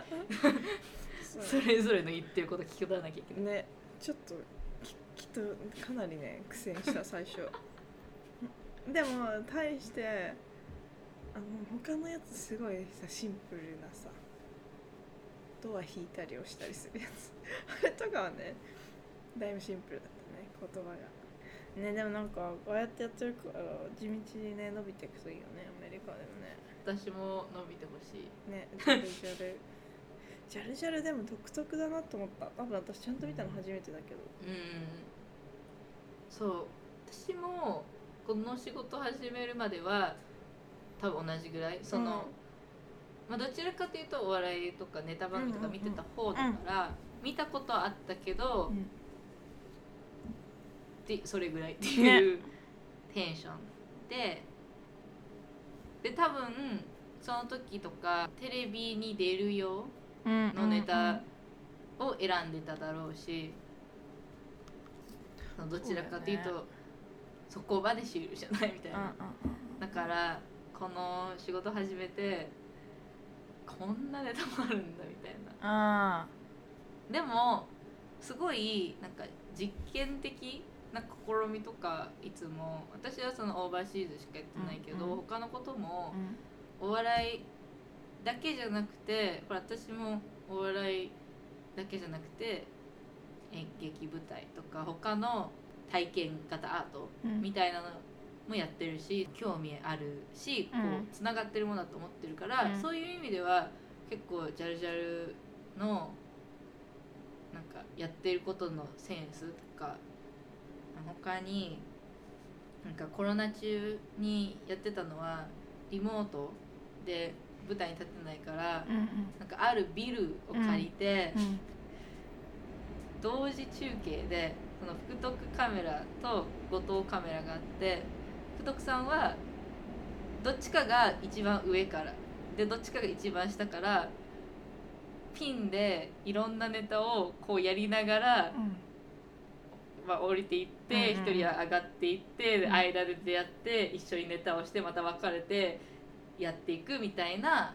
それぞれの言ってること聞き取らなきゃいけないね。ちょっとき, きっとかなりね苦戦した最初でも対してあの他のやつすごいさシンプルなさドア引いたり押したりするやつあれとかはねだいぶシンプルだったね言葉がね。でもなんかこうやってやってるから地道にね伸びていくといいよねアメリカでもね。 私も伸びてほしいね。ジャルジャルジャルジャルでも独特だなと思った。多分私ちゃんと見たの初めてだけど。 うんそう私もこの仕事始めるまでは多分同じぐらいその、うんまあ、どちらかというとお笑いとかネタ番組とか見てた方だから、うん、見たことはあったけど、うん、でそれぐらいっていう、ね、テンションでで多分その時とかテレビに出るよのネタを選んでただろうし、どちらかというと そ, う、ね、そこまでシュールじゃないみたいな。だからこの仕事始めてこんなネタもあるんだみたいな。でもすごいなんか実験的な試みとかいつも私はそのオーバーシーズしかやってないけど、うんうん、他のこともお笑いだけじゃなくてこれ私もお笑いだけじゃなくて演劇舞台とか他の体験型アートみたいなのもやってるし、興味あるしこうつながってるものだと思ってるから、うん、そういう意味では結構ジャルジャルのなんかやってることのセンスとか、他になんかコロナ中にやってたのはリモートで舞台に立ってないから、うんうん、なんかあるビルを借りて、うんうん、同時中継でその福徳カメラと後藤カメラがあって、福徳さんはどっちかが一番上からでどっちかが一番下からピンでいろんなネタをこうやりながら、うんまあ、降りていって一、うんうん、人は上がっていって、うん、間で出会って一緒にネタをしてまた別れてやっていくみたいな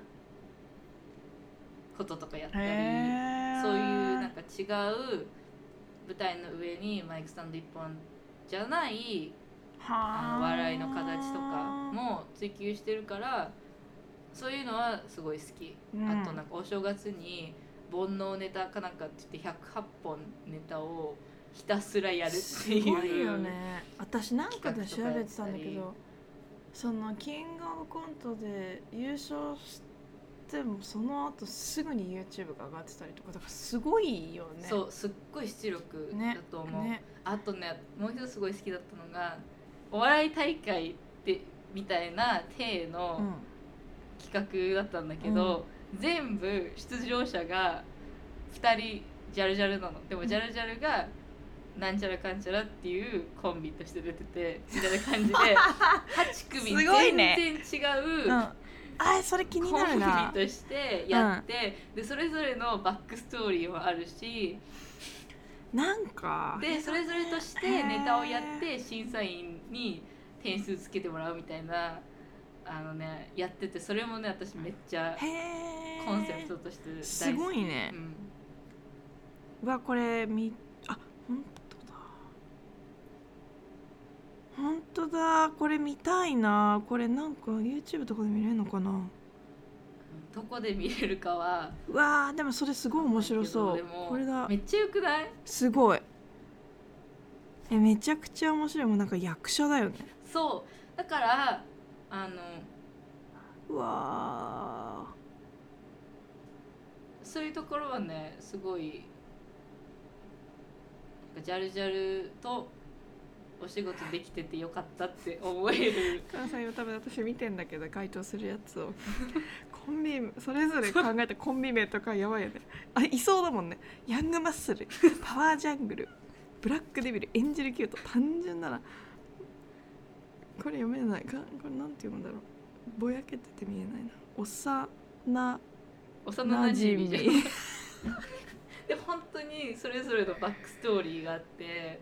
こととかやったり、そういうなんか違う舞台の上にマイクスタンド一本じゃないあの笑いの形とかも追求してるから、そういうのはすごい好き、うん、あとなんかお正月に煩悩ネタかなんかって言ってひゃくはっぽんネタをひたすらやるっていう。すごいよね。私なんかで調べてたんだけど、そのキングオブコントで優勝してもその後すぐに YouTube が上がってたりとか、だからすごいよね。 そう、すっごい出力だと思う、ねね、あとねもう一つすごい好きだったのがお笑い大会ってみたいな体の企画だったんだけど、うん、全部出場者がふたりジャルジャルなの。でもジャルジャルがなんちゃらかんちゃらっていうコンビとして出ててみたいな感じではちくみ全然違う、うん、 あそれ気になるな、 コンビとしてやって、うん、でそれぞれのバックストーリーもあるし、 なんかでそれぞれとしてネタをやって審査員に点数つけてもらうみたいなあのねやってて、それもね私めっちゃコンセプトとして大好き。 すごいね、うん、うわこれみあ本当だ本当だこれ見たいな。これなんか YouTube とかで見れるのかな。 どこで見れるかは。 うわーでもそれすごい面白そう。これだ。 めっちゃよくない？ すごい。えめちゃくちゃ面白い。もうなんか役者だよね。 そうだからあのうわーそういうところはねすごいジャルジャルとお仕事できててよかったって思える。 母さん今多分私見てんだけど回答するやつをコンビそれぞれ考えたコンビ名とかやばいよね。あいそうだもんね。ヤングマッスル、パワージャングル、ブラックデビル、エンジェルキュート。単純だなこれ読めないか。これなんて読むんだろう。ぼやけてて見えないな。おさな幼なじみじゃんで本当にそれぞれのバックストーリーがあって、 へ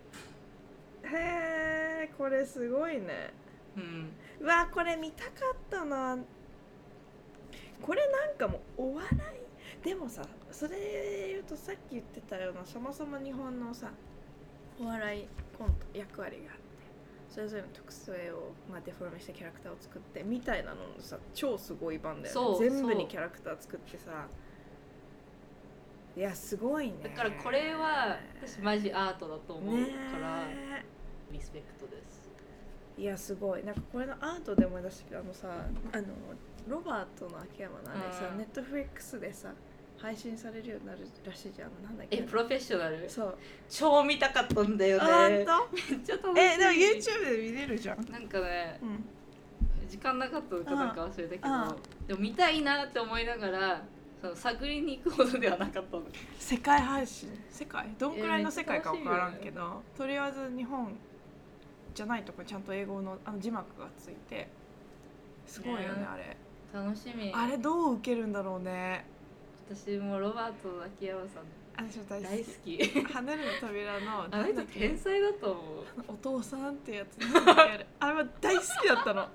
えこれすごいね。 うん、 うわこれ見たかったな。これなんかもうお笑いでもさ、それ言うとさっき言ってたようなそもそも日本のさお笑いコント役割があって、それぞれの特性を、まあ、デフォルメしたキャラクターを作ってみたいなののさ超すごい版だよね。全部にキャラクター作ってさ、いやすごいね。 だからこれは私マジアートだと思うからリスペクトです。 いやすごい。なんかこれのアートで思い出したけど、あのさあのロバートの秋山のあれさ、ネットフリックスでさ配信されるようになるらしいじゃん。なんだっけ。 えプロフェッショナル。 そう超見たかったんだよね。 あめっちゃ楽しい。 えでも YouTube で見れるじゃん。 なんかね、うん、時間なかったのかなんか忘れたけど、でも見たいなって思いながらその探りに行くほどではなかったの。 世界配信世界どんくらいの世界か分からんけど、ね、とりあえず日本じゃないとこちゃんと英語の、あの字幕がついてすごいよね、ねあれ。 楽しみ。 あれどう受けるんだろうね。 私もロバート秋山さん私も大好き。 大好き離れる扉のあの人天才だと思う。 お父さんってやつあれは大好きだったの。なん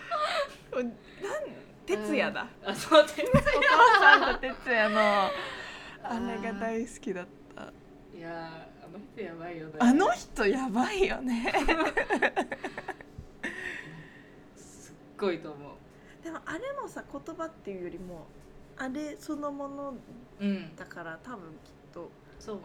哲也だ。 あそう哲也。お父さんと哲也のあれが大好きだった。 いやあの人やばいよね。 あの人やばいよね。 すっごいと思う。 でもあれもさ言葉っていうよりもあれそのものだから、うん、多分きっとそう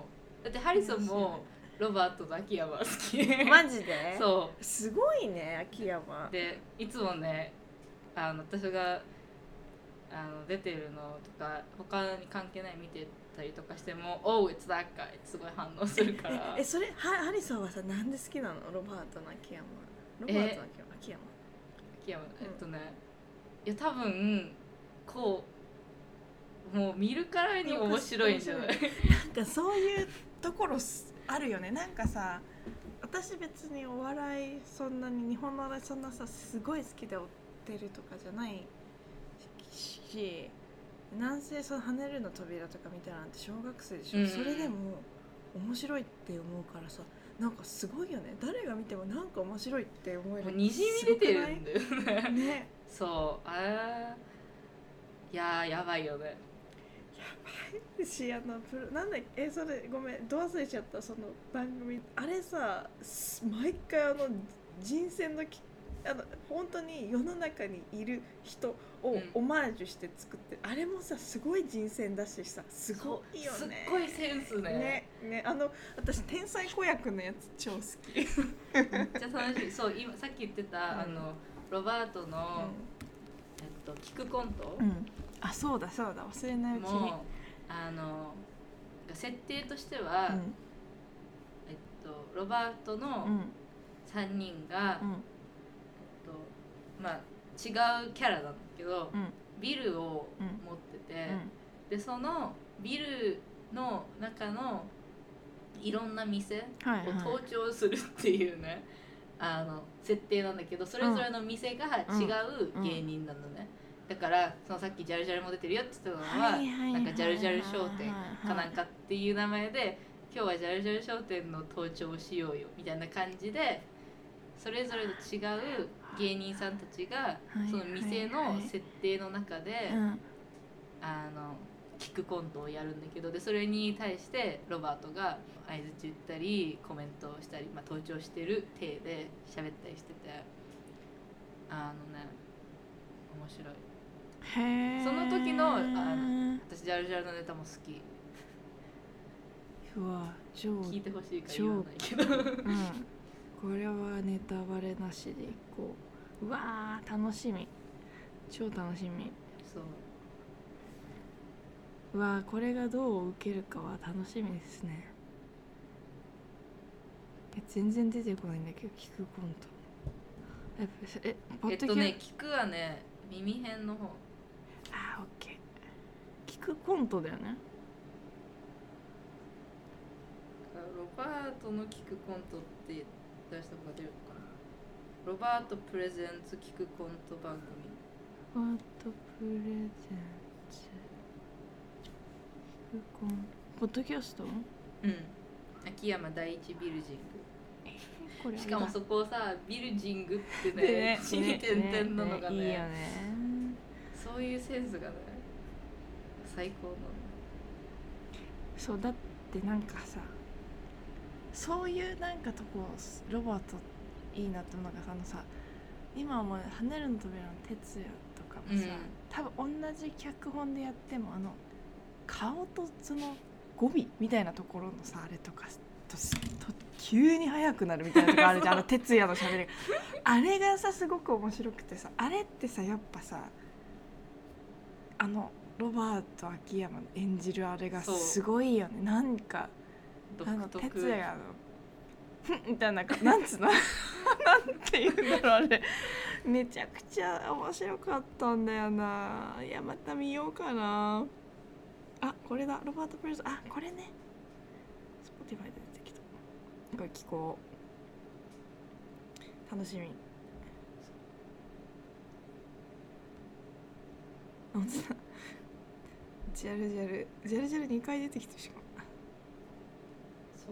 だってハリソンもロバートと秋山好きマジでそうすごいね秋山でいつもねあの私があの出てるのとか他に関係ない見てたりとかしても「Oh, it's that guy」ってすごい反応するからえそれはハリソンはさなんで好きなのロバートの秋山ロバートの秋山秋山秋山えっとね、いや多分こうもう見るからに面白いんじゃないなんかそういうところあるよねなんかさ私別にお笑いそんなに日本のお笑いそんなさすごい好きで追ってるとかじゃないしなんせその跳ねるの扉とか見たなんて小学生でしょ、うん、それでも面白いって思うからさなんかすごいよね誰が見てもなんか面白いって思えるにじみ出てるんだよねねそうあいやーやばいよねやばいしあのプロなんだっけえそれごめんど忘れちゃったその番組あれさ毎回あの人選のきあの本当に世の中にいる人をオマージュして作ってる、うん、あれもさすごい人選だしさすごいよねすっごいセンスねねねあの私天才子役のやつ超好きめっちゃ楽しいそう今さっき言ってた、うん、あのロバートの、うん、えっと聞くコント、 うん、あそうだそうだ忘れないうちにあの設定としては、うん、えっとロバートのさんにんが、うんまあ、違うキャラなんだけど、うん、ビルを持ってて、うん、でそのビルの中のいろんな店を盗聴するっていうね、はいはい、あの設定なんだけどそれぞれの店が違う芸人なのね、うんうん、だからそのさっきジャルジャルも出てるよって言ってたのは、はいはいはいはい、なんかジャルジャル商店かなんかっていう名前で今日はジャルジャル商店の盗聴をしようよみたいな感じでそれぞれと違う芸人さんたちがその店の設定の中であの聞くコントをやるんだけどでそれに対してロバートが相づち言ったりコメントをしたり、まあ、盗聴してる体で喋ったりしててあのね面白いへその時の、あの私ジャルジャルのネタも好きうわ超聞いてほしいから言わないけど、うん、 これはネタバレなしでいこううわー楽しみ超楽しみそううわーこれがどう受けるかは楽しみですねえ全然出てこないんだけど聞くコントええっとね聞くはね耳辺の方あーオッケー聞くコントだよねロバートの聞くコントって出した方が出るかなロバートプレゼンツ聞くコント番組ロバートプレゼンツ聞くコントポッドキャストうん秋山第一ビルジングこれしかもそこをさビルジングってね地に点々なのが ね, ね, ね, ねいいよねそういうセンスがね最高なのそうだってなんかさそういうなんかとこロバートいいなって思うのがさあのさ今も跳ねるの扉の哲也とかもさ、うん、多分同じ脚本でやってもあの顔とその語尾みたいなところのさあれとかとと急に速くなるみたいなとこあるじゃんあの哲也のしゃべりあれがさすごく面白くてさあれってさやっぱさあのロバート秋山の演じるあれがすごいよねなんかあの哲也があのみたいななんつうのなんて言うんだろうあれめちゃくちゃ面白かったんだよないやまた見ようかなあこれだロバートプレゼンあこれねスポティファイで出てきたこれ聞こう楽しみ本当だジャルジャルジャルジャルにかい出てきてしかもそう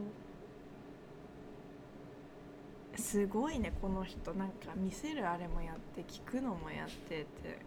すごいねこの人なんか見せるあれもやって聞くのもやってて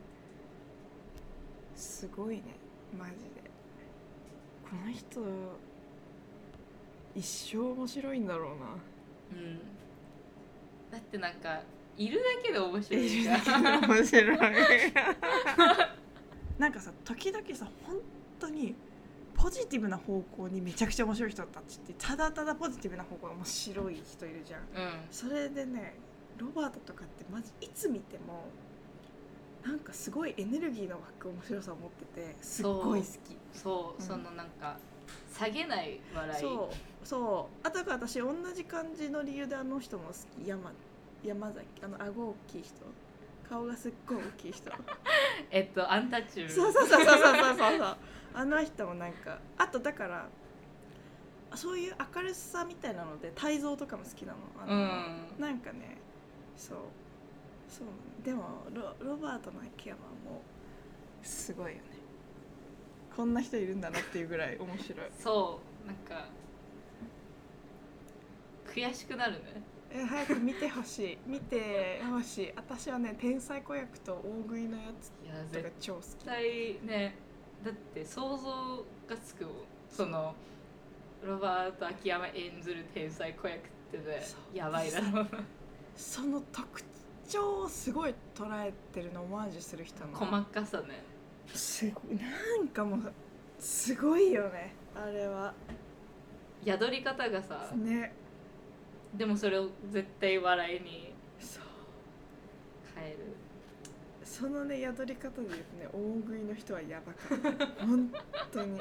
すごいねマジでこの人一生面白いんだろうなうんだってなんかいるだけで面白いいるだけで面白いなんかさ時々さ本当にポッポジティブな方向にめちゃくちゃ面白い人たちってただただポジティブな方向に面白い人いるじゃん、 うん、 それでねロバートとかってマジいつ見てもなんかすごいエネルギーの湧く面白さを持っててすっごい好き。 そう、うん、そのなんか下げない笑い、 そうそうあとから私同じ感じの理由であの人も好き。山山崎あの顎大きい人顔がすっごい大きい人えっとアンタッチューそうそうそうそうそうそうそうあの人もなんかあとだからそういう明るさみたいなので泰造とかも好きなの。あの、うん、なんかねそうそうでも ロ, ロバートの秋山もすごいよね。こんな人いるんだなっていうぐらい面白い。 そうなんか悔しくなるね。 え早く見てほしい見てほしい。私はね天才子役と大食いのやつとか超好き。 絶対ねだって想像がつくもん。そのロバート秋山演ずる天才子役ってねやばいだろうな。 その特徴をすごい捉えてるのをオマージュする人の細かさねすごいなんかもうすごいよねあれは。 宿り方がさねでもそれを絶対笑いに変える。 そのね宿り方で言うとね大食いの人はやばかった本当に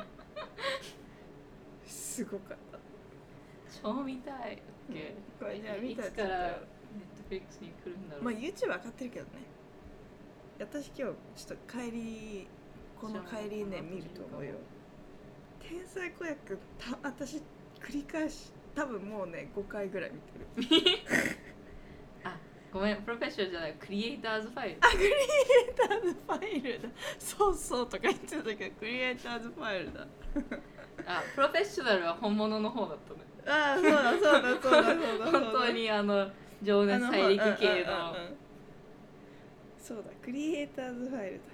すごかった。 超見たい、うん、 これじゃあ見たらいつからネットフリックスに来るんだろう。 まあ YouTube 上がってるけどね。私今日ちょっと帰りこの帰りね見ると思うよ。天才子役た私繰り返し多分もうねごかいぐらい見てるあごめんプロフェッショナルじゃないクリエイターズファイル。 あクリエイターズファイルだそうそうとか言ってたけどクリエイターズファイルだあプロフェッショナルは本物の方だったね。 あそうだそうだそうだそうだ本当にあの情熱大陸系のそうだクリエイターズファイルだ。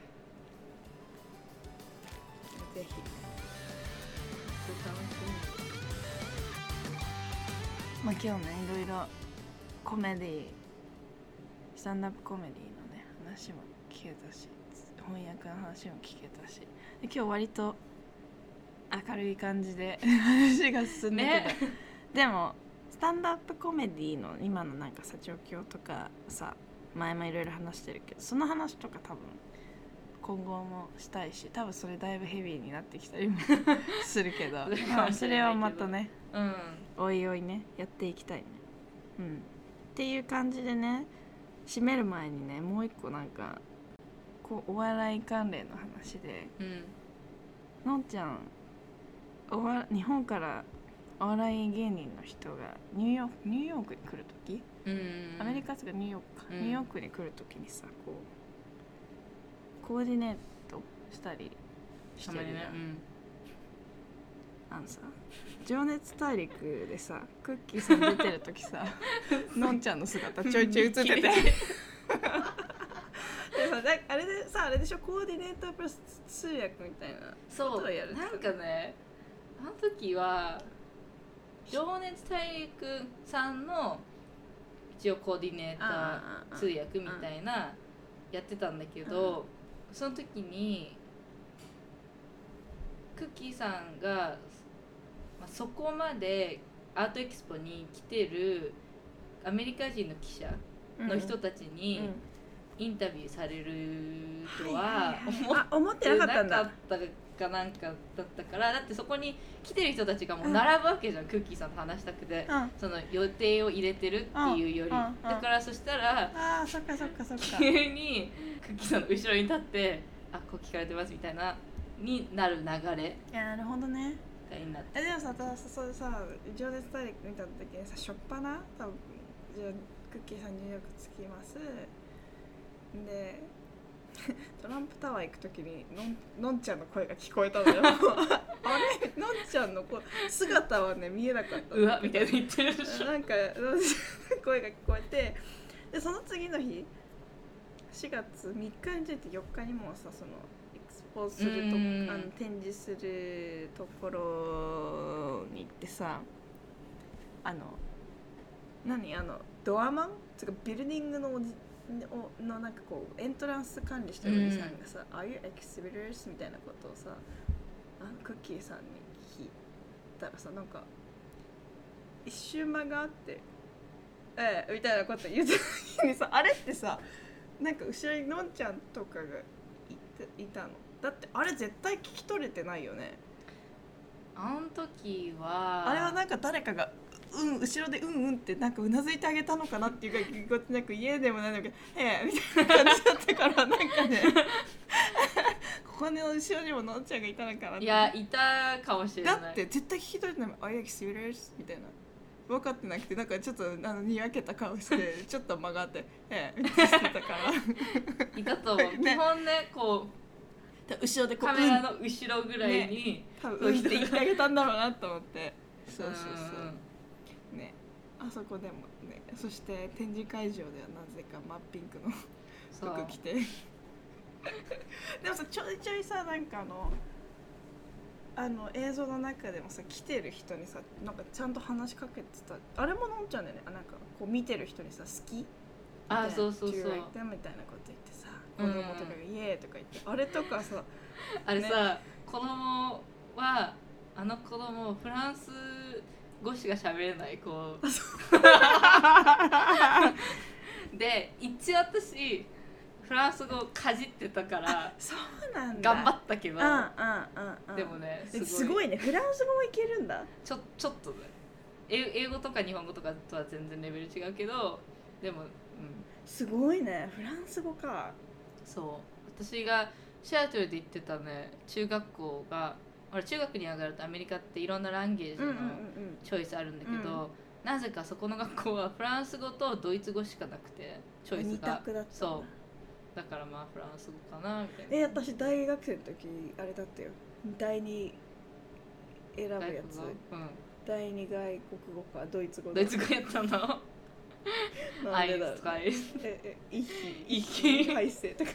ぜひまあ今日ねいろいろコメディスタンダップコメディのね話も聞けたし翻訳の話も聞けたしで今日割と明るい感じで話が進んでて、ね、でもスタンダップコメディの今のなんかさ状況とかさ前もいろいろ話してるけどその話とか多分今後もしたいし多分それだいぶヘビーになってきたりもするけどまあそれはまたね、うん、おいおいねやっていきたいね、うん、っていう感じでね締める前にねもう一個なんかこうお笑い関連の話で、うん、のんちゃんおわ日本からお笑い芸人の人がニューヨークニューヨークに来るとき、うん、アメリカとかニューヨークか、うん、ニューヨークに来るときにさこうコーディネートしたりしてるじゃん、ねうん、あのさ情熱大陸でさクッキーさん出てるときさのんちゃんの姿ちょいちょい映っててであれでさあれでしょコーディネートプラス通訳みたいなことをやる。 そうなんかねあの時は情熱大陸さんの一応コーディネーター通訳みたいなやってたんだけどその時にクッキーさんが、まあ、そこまでアートエキスポに来てるアメリカ人の記者の人たちに、うんうんインタビューされるとは思ってなかったかなんかだったからだってそこに来てる人たちがもう並ぶわけじゃん、うん、クッキーさんと話したくて、うん、その予定を入れてるっていうより、うんうん、だからそしたらあそっかそっかそっか急にクッキーさんの後ろに立ってあこう聞かれてますみたいなになる流れ。 いやなるほどねがいいなって。 えでもさたださそれさ情熱大陸見た時にさしょっぱな多分じゃあクッキーさんニューヨーク着きますでトランプタワー行くときにの ん, のんちゃんの声が聞こえたのよあれのんちゃんの姿はね見えなかったうわみたいな言ってるでしょなんかのんちゃんの声が聞こえてでその次の日しがつみっかについてよっかにもさそのエクスポーズするとあの展示するところに行ってさあの何あのドアマンつうかビルディングのおじのなんかこうエントランス管理してるおじさんがさ、うん、Are you exhibitors? みたいなことをさあのクッキーさんに聞いたらさ、なんか一瞬間があってええみたいなこと言ってた時にさ、あれってさ、なんか後ろにのんちゃんとかがいていたのだって、あれ絶対聞き取れてないよね。 あの時はあれはなんか誰かがうん後ろでうんうんってなんかうなずいてあげたのかなっていうか、ぎこちなく家でもなんだけど「へえ」みたいな感じだったからなんかねここの後ろにものんちゃんがいたのかなって。 いやいたかもしれない。 だって絶対聞き取れてないもん。「あやきシリアス」みたいな分かってなくて、なんかちょっとあのにやけた顔してちょっと曲がって「へえ」みたいなしてたからいたと思う、ね、基本ねこう後ろでこうカメラの後ろぐらいに、 ね、多分うんって言ってあげたんだろうなと思ってそうそうそうね、あそこでもね。そして展示会場ではなぜか真っピンクの服着てでもさちょいちょいさなんかあのあの映像の中でもさ来てる人にさなんかちゃんと話しかけてた。あれものんちゃんだよね。なんかこう見てる人にさ好きあそうそうそうみたいなこと言ってさ、子供とかがイエーとか言って、あれとかさあれさ、ね、子供はあの子供フランス語しか喋れない子で一応私フランス語かじってたからそうなんだ頑張ったけど、 うんうんうんうん、 でもねすごいすごいね。フランス語もいけるんだ。 ちょちょっとね英語とか日本語とかとは全然レベル違うけど、でも、うん、 すごいね。フランス語か。 そう私がシアトルで行ってたね中学校が、俺中学に上がるとアメリカっていろんなランゲージのチョイスあるんだけど、うんうんうん、なぜかそこの学校はフランス語とドイツ語しかなくてチョイスが二択だった。 そうだからまあフランス語かなみたいな。 え私大学生の時あれだったよ。第二選ぶやつ、うん、第二外国語かドイツ語だ。 ドイツ語やったのなんでだろう。ええ一匹一配生とか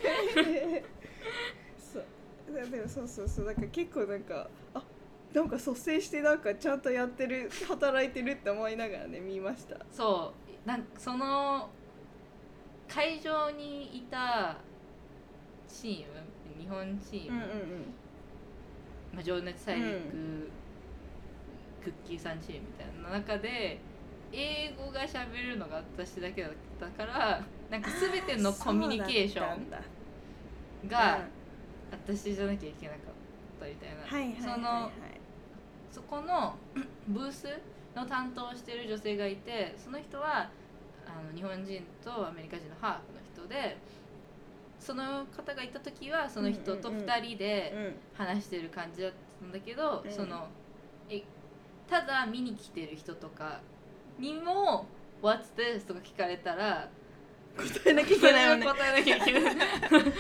そうでもそうそうそう、なんか結構なんかあなんか率先してなんかちゃんとやってる働いてるって思いながらね見ました。 そうなんかその会場にいたチーム日本チーム、うんうんうんまあ、情熱大陸、うん、クッキーさんチームみたいな中で英語が喋るのが私だけだったからなんか全てのコミュニケーションが私じゃなきゃいけなかったみたいな、はいはいはいはい、そのそこのブースの担当してる女性がいて、その人はあの日本人とアメリカ人のハーフの人で、その方がいた時はその人とふたりで話してる感じだったんだけど、うんうん、そのえただ見に来てる人とかにも What's this? とか聞かれたら答えなきゃいけないよね。 答えなきゃいけない確かに確かに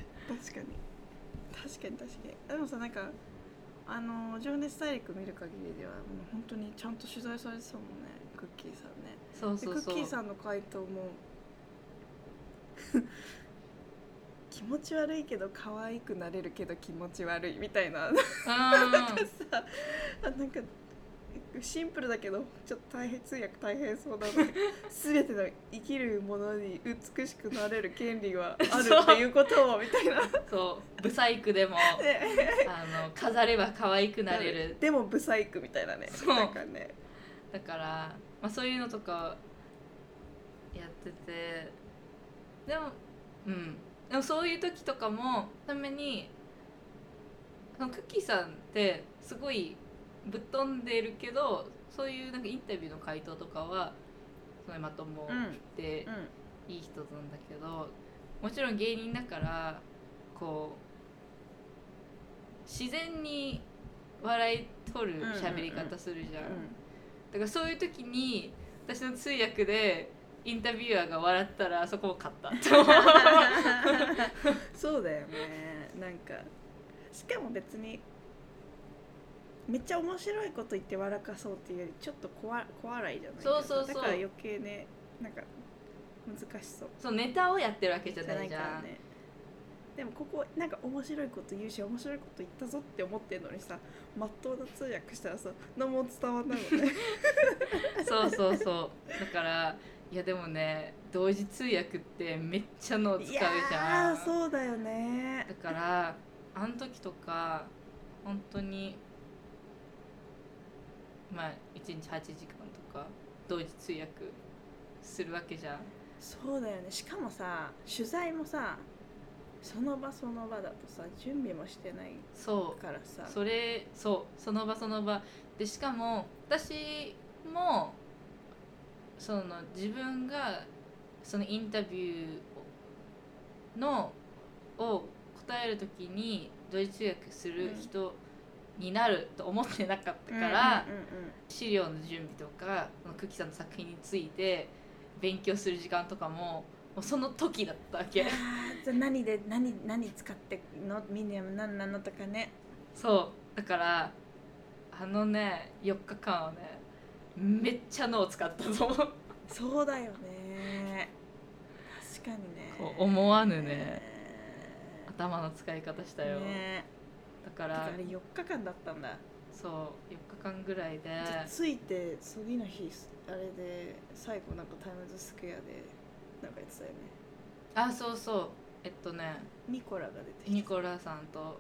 確かに。でもさなんかあの情熱大陸見る限りではもう本当にちゃんと取材されてたもんね、クッキーさんね。 そうそうそう。 クッキーさんの回答も気持ち悪いけど可愛くなれるけど気持ち悪いみたいななんかさなんかシンプルだけどちょっと大変通訳大変そうなので全ての生きるものに美しくなれる権利はあるっていうことをみたいなそうブサイクでもあの飾れば可愛くなれるでもブサイクみたいなね。 そうなんかねだから、まあ、そういうのとかやっててでもうんでもそういう時とかもためにクッキーさんってすごいぶっ飛んでるけどそういうなんかインタビューの回答とかはそのまともでいい人なんだけど、もちろん芸人だからこう自然に笑い取る喋り方するじゃん。だからそういう時に私の通訳でインタビュアーが笑ったらそこも勝ったそうだよね。なんかしかも別にめっちゃ面白いこと言って笑かそうっていうよりちょっと小笑いじゃないですか。 そうそうそう。 だから余計ねなんか難しそう。 そうネタをやってるわけじゃないじゃん。じゃないからね。 でもここなんか面白いこと言うし面白いこと言ったぞって思ってるのにさ、まっとうな通訳したらさ何も伝わんないもんねそうそうそう。だからいやでもね同時通訳ってめっちゃ脳使うじゃん。 いやそうだよね。 だからあの時とか本当にまあいちにちはちじかんとか同時通訳するわけじゃん。 そうだよね。しかもさ取材もさその場その場だとさ準備もしてないそうからさそれそうその場その場で、しかも私もその自分がそのインタビューのを答えるときに同時通訳する人になると思ってなかったから、 うんうんうんうん、 資料の準備とかクッキーさんの作品について勉強する時間とかももうその時だったわけ。 あじゃあ何で何何使ってのミディアム何なのとかね。 そうだからあのねよっかかんはねめっちゃ脳使ったと思う。 そうだよね。確かにね。 こう思わぬね頭の使い方したよ、 ね、 だからだからよっかかんだったんだ。 そうよっかかんぐらいでついて次の日あれで最後なんかタイムズスクエアでなんかやってたよね。 あそうそうえっとねニコラが出てきて、 ニコラさんと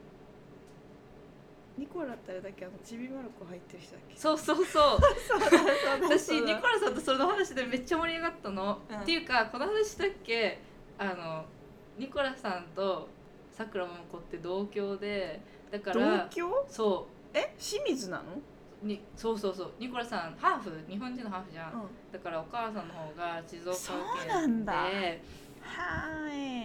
ニコラってあれだっけ、あのちびまる子入ってる人だっけ。 そうそうそう私ニコラさんとその話でめっちゃ盛り上がったの、うん、っていうかこの話したっけ、あのニコラさんとさくらももこって同郷で、だから同郷？ そうえ清水なのにそうそうそう、ニコラさんハーフ日本人のハーフじゃん、うん、だからお母さんの方が静岡県で、 そうなんだ。はい。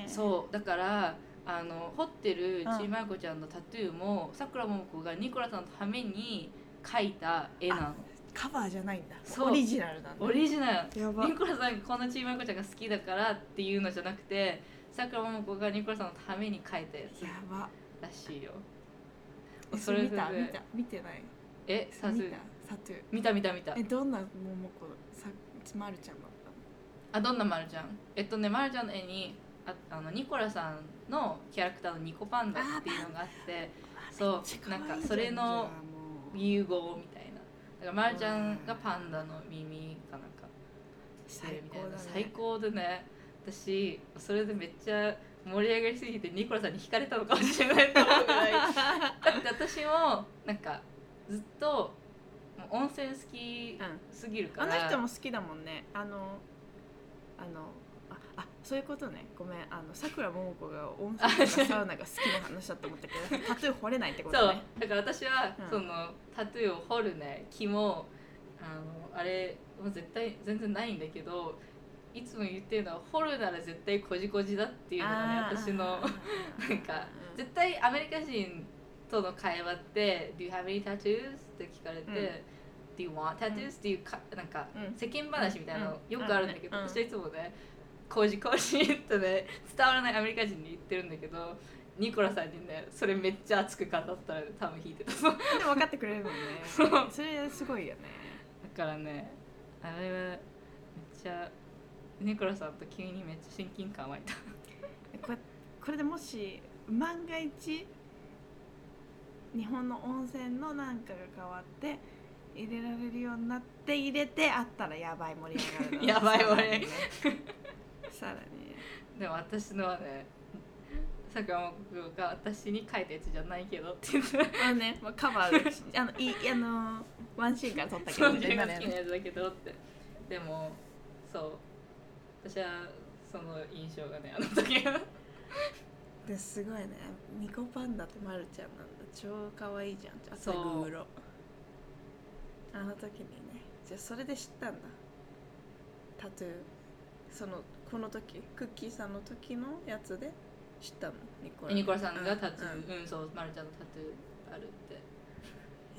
そうだからあの彫ってるちびまる子ちゃんのタトゥーもさくらももこがニコラさんのために描いた絵なの。 カバーじゃないんだ。オリジナルなんだ。 オリジナル。 やば。 ニコラさんがこのちびまる子ちゃんが好きだからっていうのじゃなくて、さくらももこがニコラさんのために描いたやつやばらしいよ。 それ見た見た見てない。 えサトゥーサトゥー見た見た見た。 えどんなももこさまるちゃんだったの？ あどんなまるちゃん？えっとねまるちゃんの絵にああのニコラさんのキャラクターのニコパンダっていうのがあって、そうなんかそれの融合みたいな。だからまるちゃんがパンダの耳かなんかしてるみたいな。最高でね。私それでめっちゃ盛り上がりすぎてニコラさんに惹かれたのかもしれないと思うぐらい。だって私もなんかずっと温泉好きすぎるから、 うん、あの人も好きだもんね。あのあのああそういうことね。ごめん、あのさくらももこが温泉とかサウナが好きな話だと思ったけどタトゥー彫れないってことね。 そうだから私は、うん、そのタトゥーを彫るね気もあのあれもう絶対全然ないんだけど、いつも言ってるのは彫るなら絶対こじこじだっていうのがね私のなんか、うん、絶対アメリカ人との会話って Do you have any tattoos? って聞かれて、うん、Do you want tattoos? っていうかなんか世間話みたいなのよくあるんだけど、私はいつもねこじこじってね伝わらないアメリカ人に言ってるんだけど、ニコラさんにねそれめっちゃ熱く語ったら多分弾いてた。でも分かってくれるもんね。それすごいよね。 だからねあれはめっちゃニコラさんと急にめっちゃ親近感湧いた。 これこれでもし万が一日本の温泉のなんかが変わって入れられるようになって入れてあったらやばい盛り上がる。 やばい盛り上がる。 さらにでも私のはねさくらもこが私に書いたやつじゃないけどって言ってあのね、まあ、カバーあのいあのワンシーンから撮ったけど自分が好きなやつだけどって。でもそう私はその印象がねあの時はですごいね。ニコパンダってまるちゃんなんだ。超可愛いじゃん。あとグーロあの時にね。じゃあそれで知ったんだタトゥー。そのこの時クッキーさんの時のやつで知ったのニコラ。 ニコラさんがタトゥー、うん、うん、そうまるちゃんのタトゥーあるって。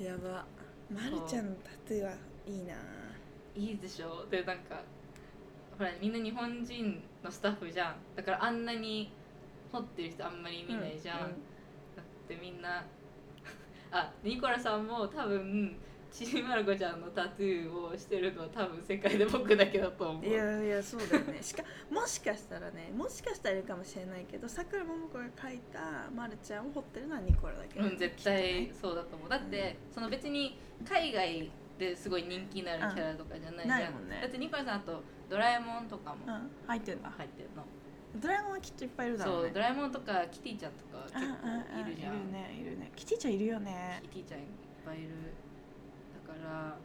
やば。まるちゃんのタトゥーはいいな。 いいでしょ。でなんかほらみんな日本人のスタッフじゃん。だからあんなに彫ってる人あんまり見ないじゃん、うんうん、だってみんなあニコラさんも多分ちびまる子ちゃんのタトゥーをしてるのは多分世界で僕だけだと思う。 いやいやそうだよね。しかもしかしたらねもしかしたらいるかもしれないけどさくらももこが描いたまるちゃんを彫ってるのはニコラだけど、 うん絶対そうだと思う。だって、うん、その別に海外ですごい人気になるキャラとかじゃないじゃん、うんないもんね、だってニコラさんあとドラえもんとかも、 うん、入ってるんだ。 入ってるのドラえもんはきっといっぱいいるだろうね。 そうドラえもんとかキティちゃんとか結構いるじゃん。 いるねいるね。キティちゃんいるよね。 キティちゃんいっぱいいる。だから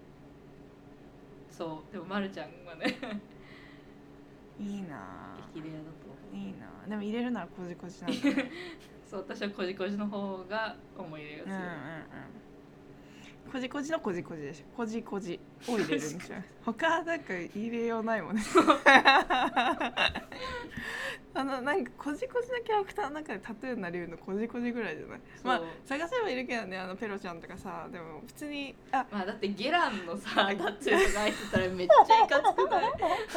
そうでもまるちゃんはねいいな激レアだと思う。 いいな。でも入れるならこじこじなんだねそう私はこじこじの方が思い入れが強い。 うんうんうん。こじこじのこじこじでしょ。こじこじを入れるんでしょ他なんか入れようないもんねあのなんかこじこじのキャラクターの中でタトゥーになりうるのこじこじぐらいじゃない。まあ探せばいるけどね、あのペロちゃんとかさ。でも普通にあまあだってゲランのさタトゥーとか入ってたらめっちゃいかつくない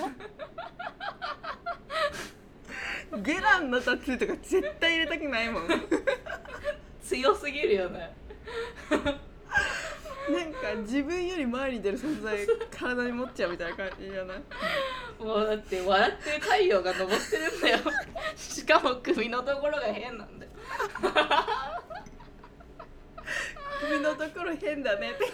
ゲランのタトゥーとか絶対入れたくないもん強すぎるよねなんか自分より前に出る存在体に持っちゃうみたいな感じじゃないもうだって笑ってる太陽が昇ってるんだよしかも首のところが変なんだよ首のところ変だねって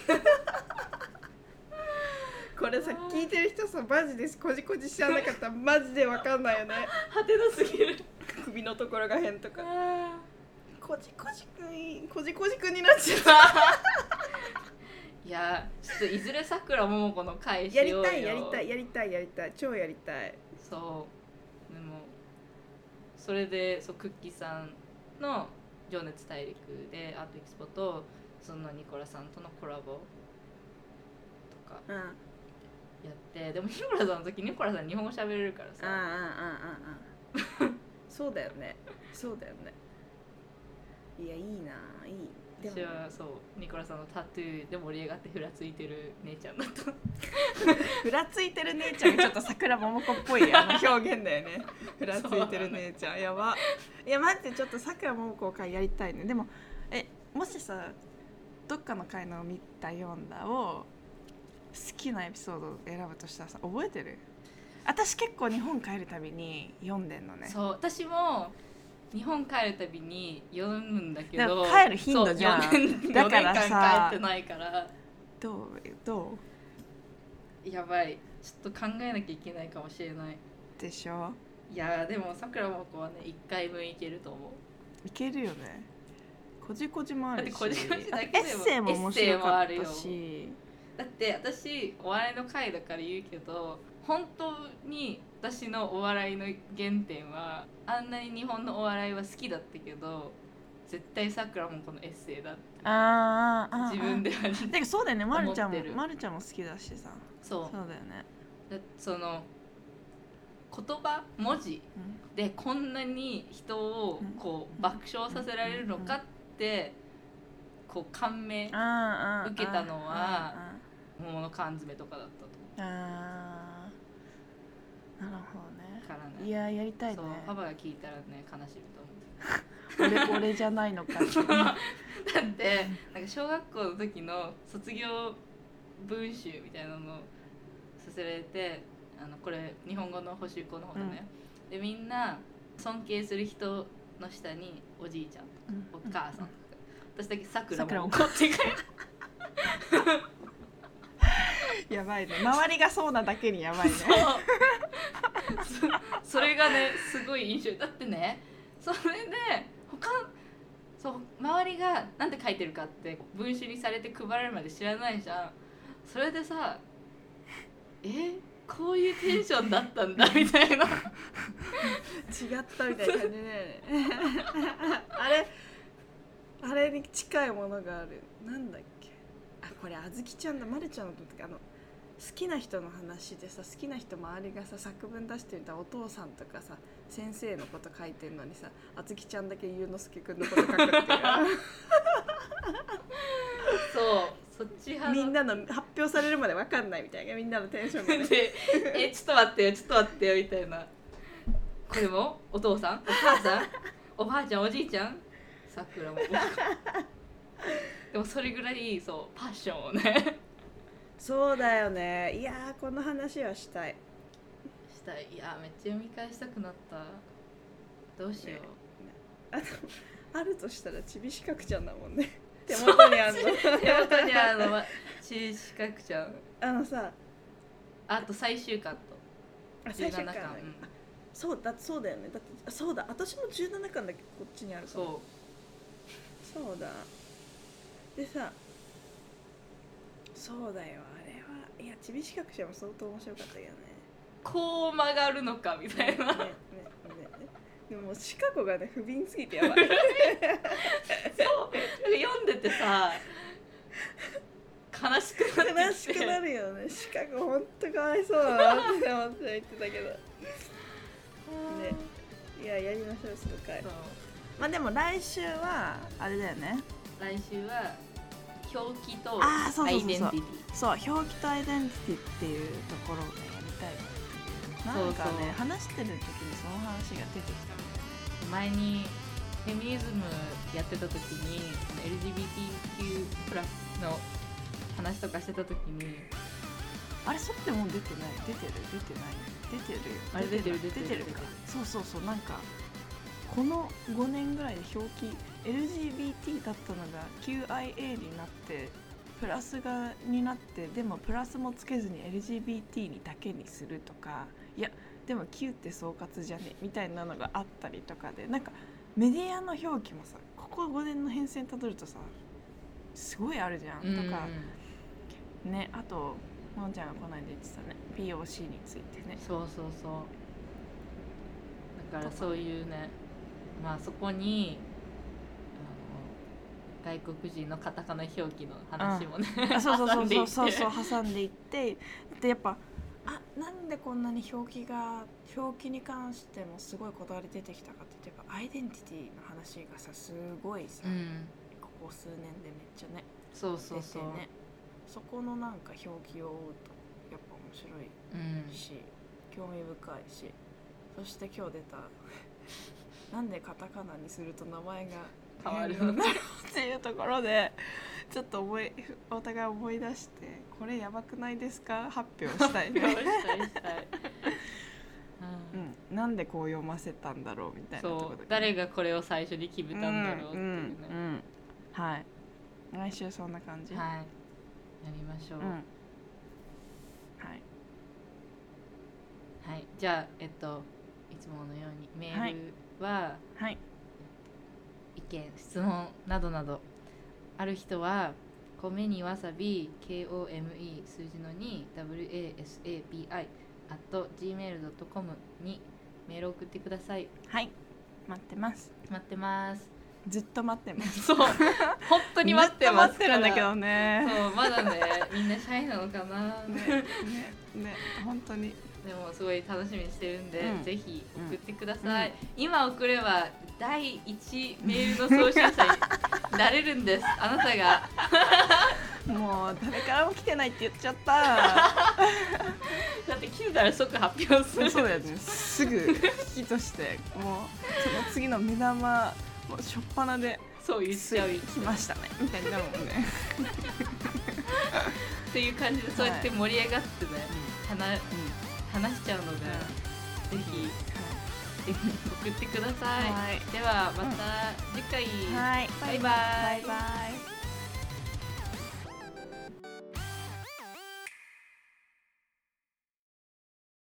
これさ聞いてる人さマジですこじこじ知らなかったらマジで分かんないよねはてなすぎる首のところが変とかこじこじくんこじこじくんになっちゃったいやちょっといずれさくらももこの回しようよ。 やりたいやりたいやりたいやりたい超やりたい。 そうでもそれでそうクッキーさんの情熱大陸でアートエキスポとそのニコラさんとのコラボとかうんやって、でもニコラさんの時ニコラさん日本語喋れるからさ。 ああああああそうだよねそうだよね。いやいいないい。 私はそうニコラさんのタトゥーで盛り上がってふらついてる姉ちゃんだったふらついてる姉ちゃんがちょっと桜桃子っぽいあの表現だよねふらついてる姉ちゃんやば。いや待ってちょっと桜桃子会やりたいね。でもえもしさどっかの回の見た読んだを好きなエピソードを選ぶとしたらさ覚えてる？私結構日本帰るたびに読んでんのね。 そう私も日本帰るたびに読むんだけど帰る頻度じゃん。だからさよねんかん帰ってないからどうどうやばいちょっと考えなきゃいけないかもしれないでしょ。 いやでもさくらもこはねいっかいぶんいけると思う。 いけるよね。こじこじもあるし、 だってこじこじだけでもエッセイも面白かったエッし。 だって私お笑いの回だから言うけど本当に私のお笑いの原点はあんなに日本のお笑いは好きだったけど絶対さくらもこのエッセイだってあーあー自分ではてかそうだよね。まるちゃんも思ってるまるちゃんも好きだしさ。 そうそうだよね。 だその言葉文字でこんなに人をこう爆笑させられるのかってこう感銘受けたのは桃の缶詰とかだったと思う。 ああなるほどね。 からねいややりたいね。 そうパパが聞いたらね悲しむと思う俺俺じゃないのかってだってなんか小学校の時の卒業文集みたいなのをさせられて、あのこれ日本語の補習校の方だね、うん、でみんな尊敬する人の下におじいちゃんとか、うん、お母さんとか、うん、私だけさくらもこって書いてやばいね。周りがそうなだけにやばいねそ, それがねすごい印象だってね。それで他そう周りがなんで書いてるかって文集にされて配られるまで知らないじゃん。それでさえこういうテンションだったんだみたいな違ったみたいな感じねあれあれに近いものがある。なんだっけあこれあずきちゃんだ。まるちゃんの時あの好きな人の話でさ好きな人周りがさ作文出してみたらお父さんとかさ先生のこと書いてんのにさあずきちゃんだけゆうのすけくんのこと書くっていうそうそっち派みんなの発表されるまで分かんないみたいなみんなのテンションが、ね、 でえちょっと待ってよちょっと待ってよみたいな。これもお父さんお母さんおばあちゃんおじいちゃんさくらもでもそれぐらいそうパッションをねそうだよね。いやーこの話はしたいしたい。いやめっちゃ読み返したくなった。どうしよう、ねね、 あとあるとしたらちびしかくちゃんだもんね手元にあるの手元にあるのはちびしかくちゃんあのさあと最終巻とじゅうななかん、うん、 そうだそうだよね。だってそうだ私もじゅうななかんだけこっちにあるからそうそうだでさそうだよあれはいやちびしかくしも相当面白かったけどねこう曲がるのかみたいな、ねねねね、 でもシカゴがね不憫すぎてやばいそう読んでてさ悲しくなってきて悲しくなるよねシカゴほんとかわいそうだなって思って言ってたけどねいややりましょうその回まあでも来週はあれだよね来週は表記とあそうそうそうそうアイデンティティそう表記とアイデンティティっていうところでやりたいなっていうなんかねそうそう話してる時にその話が出てきたね前にフェミニズムやってた時に エルジービーティーキュー プラスの話とかしてた時にあれそってもう出てない出てる出てない出てるよあれ出てる出てる出てるかそうそうそうなんかこのごねんぐらいで表記 エルジービーティー だったのが キューアイエー になってプラスがになってでもプラスもつけずに エルジービーティー にだけにするとかいやでも Q って総括じゃねみたいなのがあったりとかでなんかメディアの表記もさここごねんの変遷たどるとさすごいあるじゃん、 うんとかねあとのんちゃんがこの間言ってたね ピーオーシー についてねそうそうそうだからそういうねまあそこにあの外国人のカタカナ表記の話もね、 うん、あそうそうそうそうそう挟んでいってそう挟んでいってでやっぱあなんでこんなに表記が表記に関してもすごいこだわり出てきたかってやっぱアイデンティティの話がさすごいさ、 うん、 ここ数年でめっちゃねそうそうそう出てねそこのなんか表記を追うとやっぱ面白いし、うん、興味深いしそして今日出たなんでカタカナにすると名前が変わるっていうところでちょっと思いお互い思い出してこれやばくないですか発表したいね発表したいしたい、 うん、なんでこう読ませたんだろうみたいなところで、 そう誰がこれを最初に決めたんだろうっていうね、 うんうんうん、はい来週そんな感じはいやりましょう、 うん、はいはい、じゃあえっといつものようにメールは、 はいはい、 意見質問などなどある人は米にわさび ケーオーエムイー 数字の に ダブリューエーエスエービーアイ アット ジーメールドットコム にメールを送ってください。 はい待ってます待ってますずっと待ってますそう本当に待ってますずっと待ってるんだけどねそうまだねみんなシャイなのかなねねね本当にでもすごい楽しみにしてるんで、うん、ぜひ送ってください、 うん、 今送ればだいいちメールの送信者になれるんですあなたがもう誰からも来てないって言っちゃっただって来てたら即発表するそうだよねすぐ引きとしてもうその次の目玉もう初っ端でそう言っちゃう来ましたねみたいになるもんねっていう感じでそうやって盛り上がってね、はい、話, 話しちゃうので、うん、ぜひ、はい、送ってください、はい、ではまた次回、 はい、 バイバイ。 バイバイ。